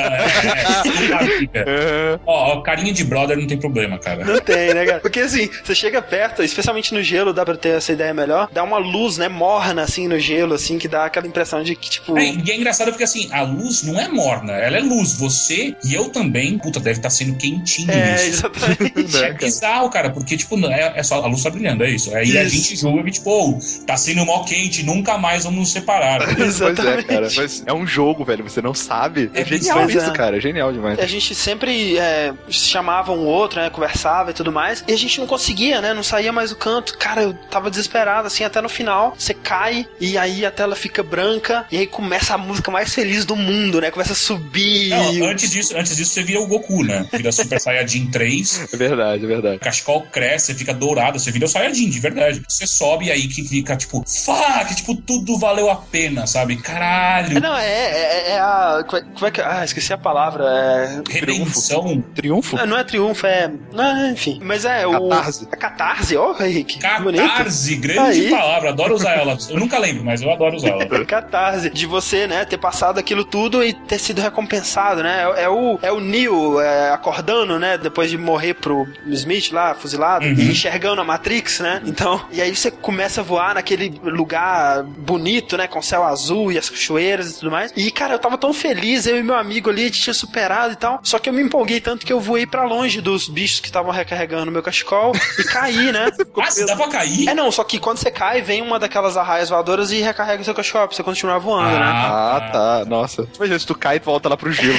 é, Ó, carinha de brother não tem problema, cara. Não tem, né, cara? Porque, assim, você chega perto, especialmente no gelo, dá pra ter essa ideia melhor, dá uma luz, né, morna, assim, no gelo, assim, que dá aquela impressão de que, tipo... É, e é engraçado porque, assim, a luz não é morna, ela é luz. Você e eu também, puta, deve estar sendo quentinho é, isso. Exatamente. É bizarro, cara, porque, tipo, é, é só a luz tá brilhando, é isso. Aí isso. A gente julga que, tipo, oh, tá sendo mó quente, nunca mais vamos nos separar. Exatamente. Pois é, cara, mas é um jogo, velho, você não sabe. É, é genial isso, é. cara, é genial demais. A gente sempre é, chamava um outro, né, conversava e tudo mais, e a gente não conseguia, né, não saía mais do canto. Cara, eu tava desesperado, assim, até no final, você cai, e aí a tela fica branca, e aí começa a música mais feliz do mundo, né, começa a subir. Não, antes disso, antes disso você vira o Goku, né, vira Super Saiyajin três. É verdade, é verdade. O cachecol cresce, você fica dourado, você vira o Saiyajin, de verdade. Você sobe aí que fica, tipo, fuck, tipo, tudo valeu a pena, sabe? Caralho. Não, é, é, é a... Como é que... Ah, esqueci a palavra. É... Redenção. Triunfo? Não, não é triunfo, é... Não, enfim. Mas é o... Catarse. É catarse, ó, oh, Henrique. Catarse, grande aí. Palavra. Adoro usar ela. Eu nunca lembro, mas eu adoro usar ela. Catarse. De você, né, ter passado aquilo tudo e ter sido recompensado, né? É, é o, é o Neo é, acordando, né, depois de morrer pro Smith lá, fuzilado, uhum. e enxergando a Matrix, né? Então, e aí você começa a voar naquele lugar bonito, né, com céu azul e as cachoeiras e tudo mais. E, cara, eu tava tão feliz, eu e meu amigo ali, a gente tinha superado e tal. Só que eu me empolguei tanto que eu voei pra longe dos bichos que estavam recarregando meu cachecol e caí, né? Ah, você dá pra cair? É, não, só que quando você cai, vem uma daquelas arraias voadoras e recarrega o seu cachecol pra você continuar voando, ah, né? Ah, tá. Nossa. Imagina, se tu cai e tu volta lá pro gelo.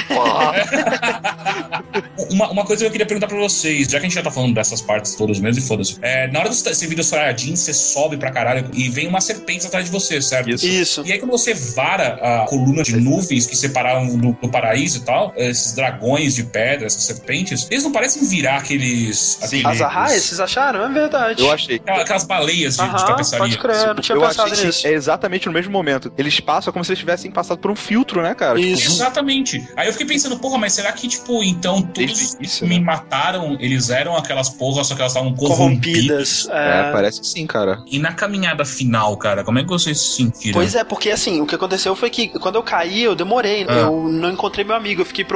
uma, uma coisa que eu queria perguntar pra vocês, já que a gente já tá falando dessas partes todas mesmo, e foda-se. É, na hora que você vira o Saiyajin, você sobe pra caralho e vem uma serpente atrás de você, certo? Isso. Isso. E aí quando você vara a coluna de nuvens que separavam do, do paraíso e tal, esses dragões de pedra, essas serpentes, eles não parecem virar aqueles... Sim. aqueles... As arraias, vocês acharam? É verdade. Eu achei. Aquelas baleias de, Aham, de tapeçaria. Pode crer, eu não tinha eu pensado achei nisso. É exatamente no mesmo momento. Eles passam como se eles tivessem passado por um filtro, né, cara? Isso. Tipo, Exatamente. Aí eu fiquei pensando, porra, mas será que, tipo, então todos isso, que me né? mataram, eles eram aquelas porras, só que elas estavam corrompidas. corrompidas? É, parece que sim, cara. E na caminhada final, cara, como é que vocês se sentiram? Pois é, porque assim, o que aconteceu foi que quando eu caí, eu demorei, ah. eu não encontrei meu amigo, eu fiquei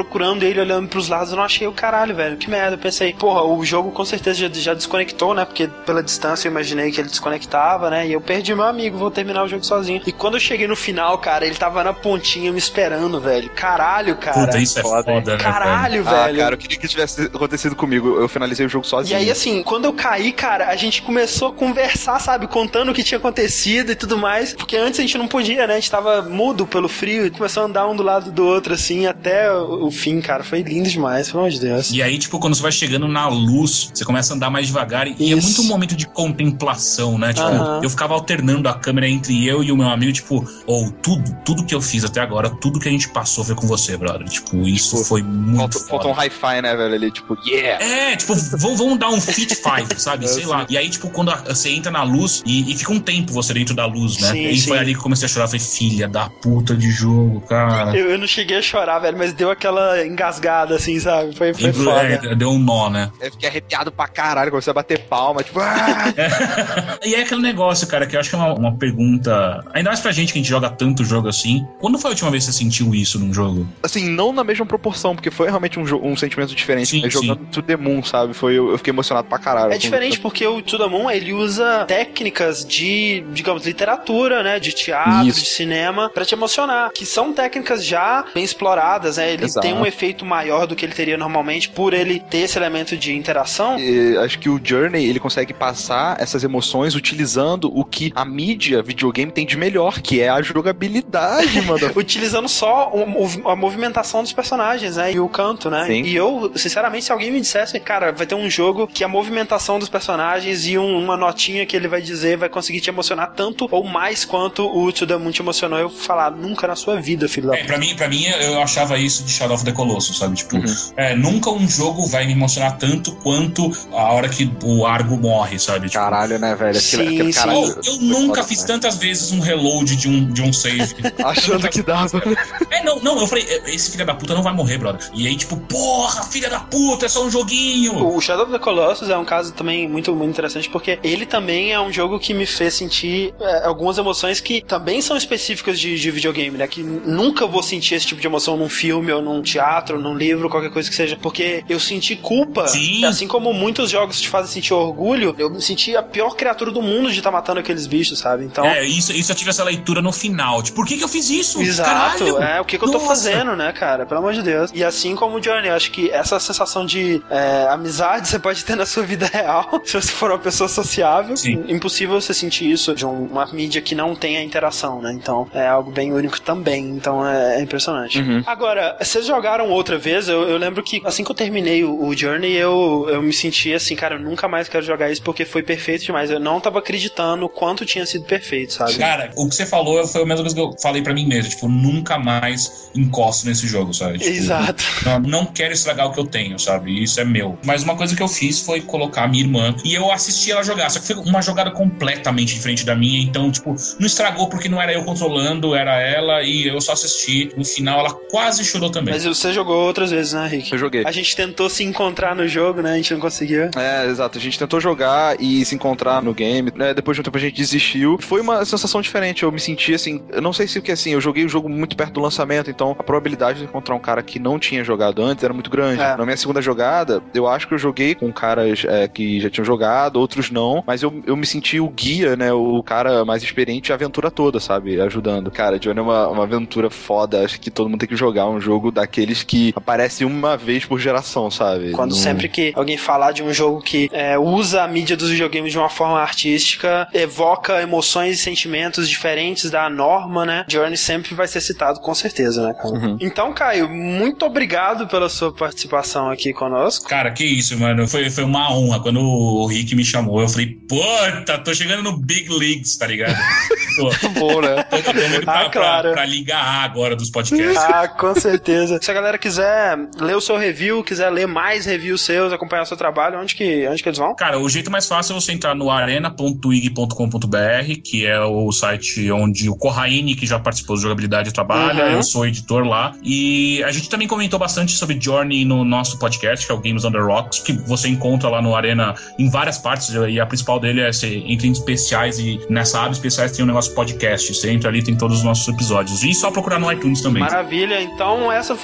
procurando ele, olhando pros lados, eu não achei o caralho, velho. Que merda. Eu pensei, porra, o jogo com certeza já, já desconectou, né? Porque pela distância eu imaginei que ele desconectava, né? E eu perdi meu amigo, vou terminar o jogo sozinho. E quando eu cheguei no final, cara, ele tava na pontinha me esperando, velho. Caralho, cara. Puta, isso é foda, foda né? Caralho, cara? velho. Ah, cara, eu queria que tivesse acontecido comigo. Eu finalizei o jogo sozinho. E aí, assim, quando eu caí, cara, a gente começou a conversar, sabe? Contando o que tinha acontecido e tudo mais. Porque antes a gente não podia, né? A gente tava mudo pelo frio e começou a andar um do lado do outro, assim, até o, o fim, cara. Foi lindo demais, pelo amor de Deus. E aí, tipo, quando você vai chegando na luz, você começa a andar mais devagar e, e é muito um momento de contemplação, né? Tipo, uh-huh. eu ficava alternando a câmera entre eu e o meu amigo, tipo, ou oh, tudo, tudo que eu fiz até agora, tudo que a gente passou foi com você, brother. Tipo, isso tipo, foi muito foda. Faltou um hi-fi, né, velho? Ali, tipo, yeah! É, tipo, vamos, vamos dar um fit five, sabe? Sei lá. E aí, tipo, quando a, você entra na luz e, e fica um tempo você dentro da luz, né? Sim, e sim. foi ali que eu comecei a chorar. Falei, filha da puta de jogo, cara. Eu, eu não cheguei a chorar, velho, mas deu aquela engasgada, assim, sabe? Foi, foi Embru- foda. É, deu um nó, né? Eu fiquei arrepiado pra caralho, comecei a bater palma, tipo... Ah! É. E é aquele negócio, cara, que eu acho que é uma, uma pergunta... Ainda mais pra gente que a gente joga tanto jogo assim. Quando foi a última vez que você sentiu isso num jogo? Assim, não na mesma proporção, porque foi realmente um, jo- um sentimento diferente. Sim, mas jogando sim. To The Moon, sabe? Foi, eu, eu fiquei emocionado pra caralho. É diferente porque o To The Moon, ele usa técnicas de, digamos, literatura, né? De teatro, Isso. de cinema, pra te emocionar. Que são técnicas já bem exploradas, né? Ele Exato. tem um efeito maior do que ele teria normalmente por ele ter esse elemento de interação. E acho que o Journey, ele consegue passar essas emoções utilizando o que a mídia videogame tem de melhor, que é a jogabilidade, mano. Utilizando só o, a movimentação dos personagens, né? E o canto, né? Sim. E eu, sinceramente, se alguém me dissesse, cara, vai ter um jogo que a movimentação dos personagens e um, uma notinha que ele vai dizer vai conseguir te emocionar tanto ou mais quanto o To The Moon te emocionou, eu falar, nunca na sua vida, filho da É, pra mim, pra mim, eu achava isso de Shadow of the Colossus, sabe? Tipo, uhum. é, nunca um jogo vai me emocionar tanto quanto a hora que o Argo morre, sabe? Tipo, Caralho, né, velho? Aquele, Sim, aquele sim. caralho. eu, eu nunca fiz tantas vezes um reload de um, de um save. Achando que dava. É, não, não, eu falei, esse filho da puta não vai morrer, brother. E aí, tipo, porra, filha da puta, é só um joguinho. O Shadow of the Colossus é um caso também muito, muito interessante, porque ele também é um jogo que me fez sentir é, algumas emoções que também são específicas de, de videogame, né? Que nunca vou sentir esse tipo de emoção num filme, ou num teatro, ou num livro, qualquer coisa que seja, porque eu senti culpa. Sim. Assim como muitos jogos te fazem sentir orgulho, eu me senti a pior criatura do mundo de estar matando aqueles bichos, sabe? Então... É, isso, isso eu tive essa leitura no final. Tipo, por que que eu fiz isso? Exato, Caralho? é, o que que eu tô Nossa. fazendo, né, cara? Pelo amor de Deus. E assim como o Journey, eu acho que essa sensação de é, amizade você pode ter na sua vida real, se você for uma pessoa sociável. Sim. Impossível você sentir isso de um, uma mídia que não tem a interação, né? Então, é algo bem único também. Então, é, é impressionante. Uhum. Agora, vocês jogaram outra vez? Eu, eu lembro que assim que eu terminei o, o Journey, eu, eu me senti assim, cara, eu nunca mais quero jogar isso porque foi perfeito demais. Eu não tava acreditando o quanto tinha sido perfeito, sabe? Cara, o que você falou foi a mesma coisa que eu falei pra mim mesmo. Tipo, nunca mais encosto nesse jogo, sabe? Tipo, Exato. Não, não quero estragar o que eu tenho, sabe? Isso é meu. Mas uma coisa que eu fiz foi colocar a minha irmã e eu assisti ela jogar. Só que foi uma jogada completamente diferente da minha. Então, tipo, não estragou porque não era eu controlando, era ela e eu só assisti. No final, ela quase chorou também. Mas você jogou outras vezes, né, Rick? Eu joguei. A gente tentou se encontrar no jogo, né? A gente não conseguiu. É, exato. A gente tentou jogar e se encontrar no game, né? Depois de um tempo a gente desistiu. Foi uma sensação diferente. Eu me senti assim, eu não sei se o que assim, eu joguei o jogo muito perto do lançamento, então a probabilidade de encontrar um cara que não tinha jogado antes era muito grande. É. Na minha segunda jogada, eu acho que eu joguei com caras é, que já tinham jogado, outros não, mas eu, eu me senti o guia, né? O cara mais experiente a aventura toda, sabe? Ajudando. Cara, Journey é uma, uma aventura foda. Acho que todo mundo tem que jogar um jogo daqueles que aparece uma vez por geração, sabe? Quando Não... sempre que alguém falar de um jogo que é, usa a mídia dos videogames de uma forma artística, evoca emoções e sentimentos diferentes da norma, né? Journey sempre vai ser citado, com certeza, né, cara? Uhum. Então, Caio, muito obrigado pela sua participação aqui conosco. Cara, que isso, mano. Foi, foi uma honra. Quando o Rick me chamou, eu falei, puta, tô chegando no Big Leagues, tá ligado? Pô, bom, né? tô chegando pra, Ah, claro. pra, pra ligar agora dos podcasts. Ah, com certeza. Se a galera quiser ler o seu review, quiser ler mais reviews seus, acompanhar o seu trabalho, onde que, onde que eles vão? Cara, o jeito mais fácil é você entrar no arena ponto ig ponto com ponto b r, que é o site onde o Corraine, que já participou de jogabilidade, trabalha. Uhum. Eu sou editor lá. E a gente também comentou bastante sobre Journey no nosso podcast, que é o Games on the Rocks, que você encontra lá no Arena em várias partes, e a principal dele é você entra em especiais, e nessa aba especiais tem um negócio podcast. Você entra ali, tem todos os nossos episódios. E só procurar no iTunes também. Maravilha. Então, essa foi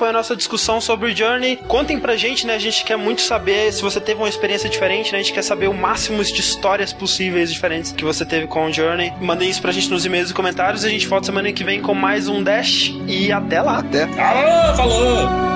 foi a nossa discussão sobre o Journey. Contem pra gente, né? A gente quer muito saber se você teve uma experiência diferente, né? A gente quer saber o máximo de histórias possíveis diferentes que você teve com o Journey. Mandem isso pra gente nos e-mails e comentários. A gente volta semana que vem com mais um Dash. E até lá. Até. Alô, falou!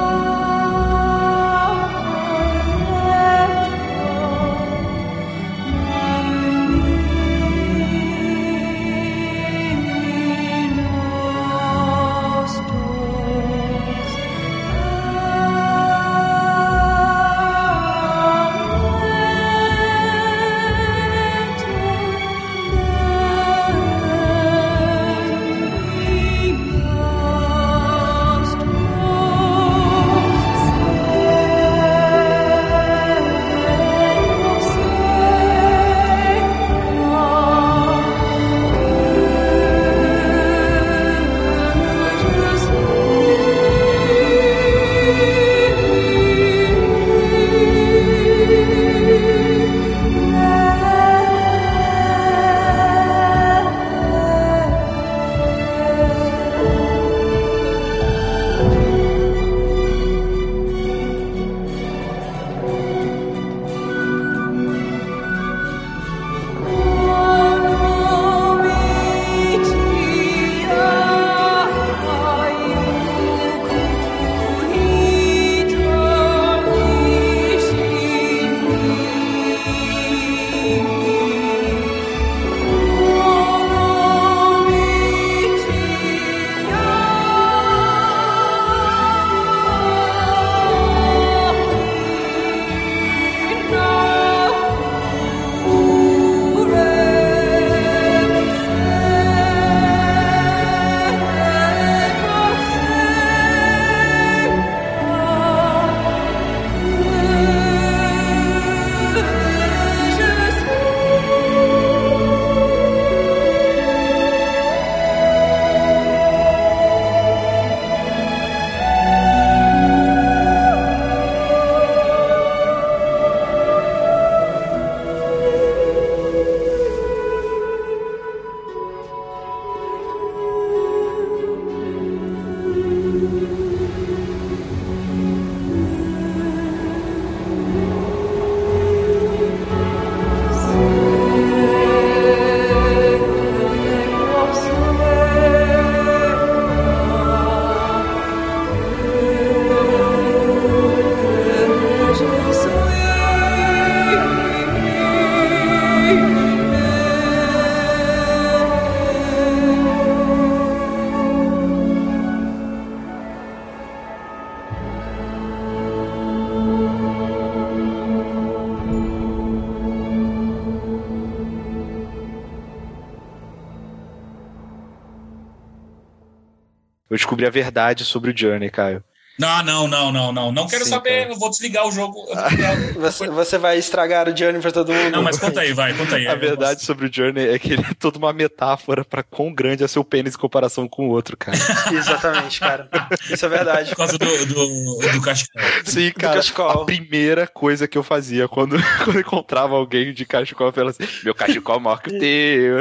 Eu descobri a verdade sobre o Journey, Caio. Não, não, não, não, não. Não quero Sim, saber, cara. Eu vou desligar o jogo. Desligar... Você, você vai estragar o Journey pra todo mundo. Não, mas conta aí, vai, conta aí. A verdade sobre o Journey é que ele é toda uma metáfora pra quão grande é seu pênis em comparação com o outro, cara. Exatamente, cara. Isso é verdade. Por causa do, do, do cachecol. Sim, cara. Cachecol. A primeira coisa que eu fazia quando, quando eu encontrava alguém de cachecol, eu falava assim, meu cachecol é maior que o teu.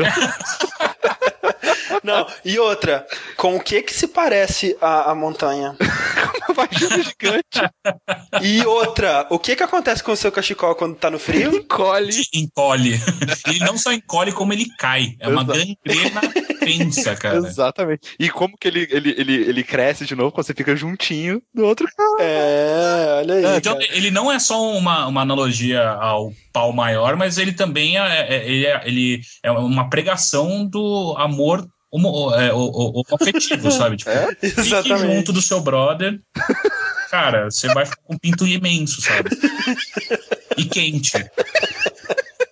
Não, e outra, com o que que se parece a, a montanha? Uma vagina gigante. E outra, o que que acontece com o seu cachecol quando tá no frio? Encolhe. Encolhe. Ele não só encolhe, como ele cai. É uma Exato. gangrena tensa, cara. Exatamente. E como que ele, ele, ele, ele cresce de novo quando você fica juntinho do outro cara. É, olha aí. Então, cara. Ele não é só uma, uma analogia ao pau maior, mas ele também é, é, ele é, ele é uma pregação do amor homo, é, o, o, o afetivo, sabe? Tipo, é? Fique Exatamente. junto do seu brother. Cara, você vai ficar com um pinto imenso, sabe? E quente.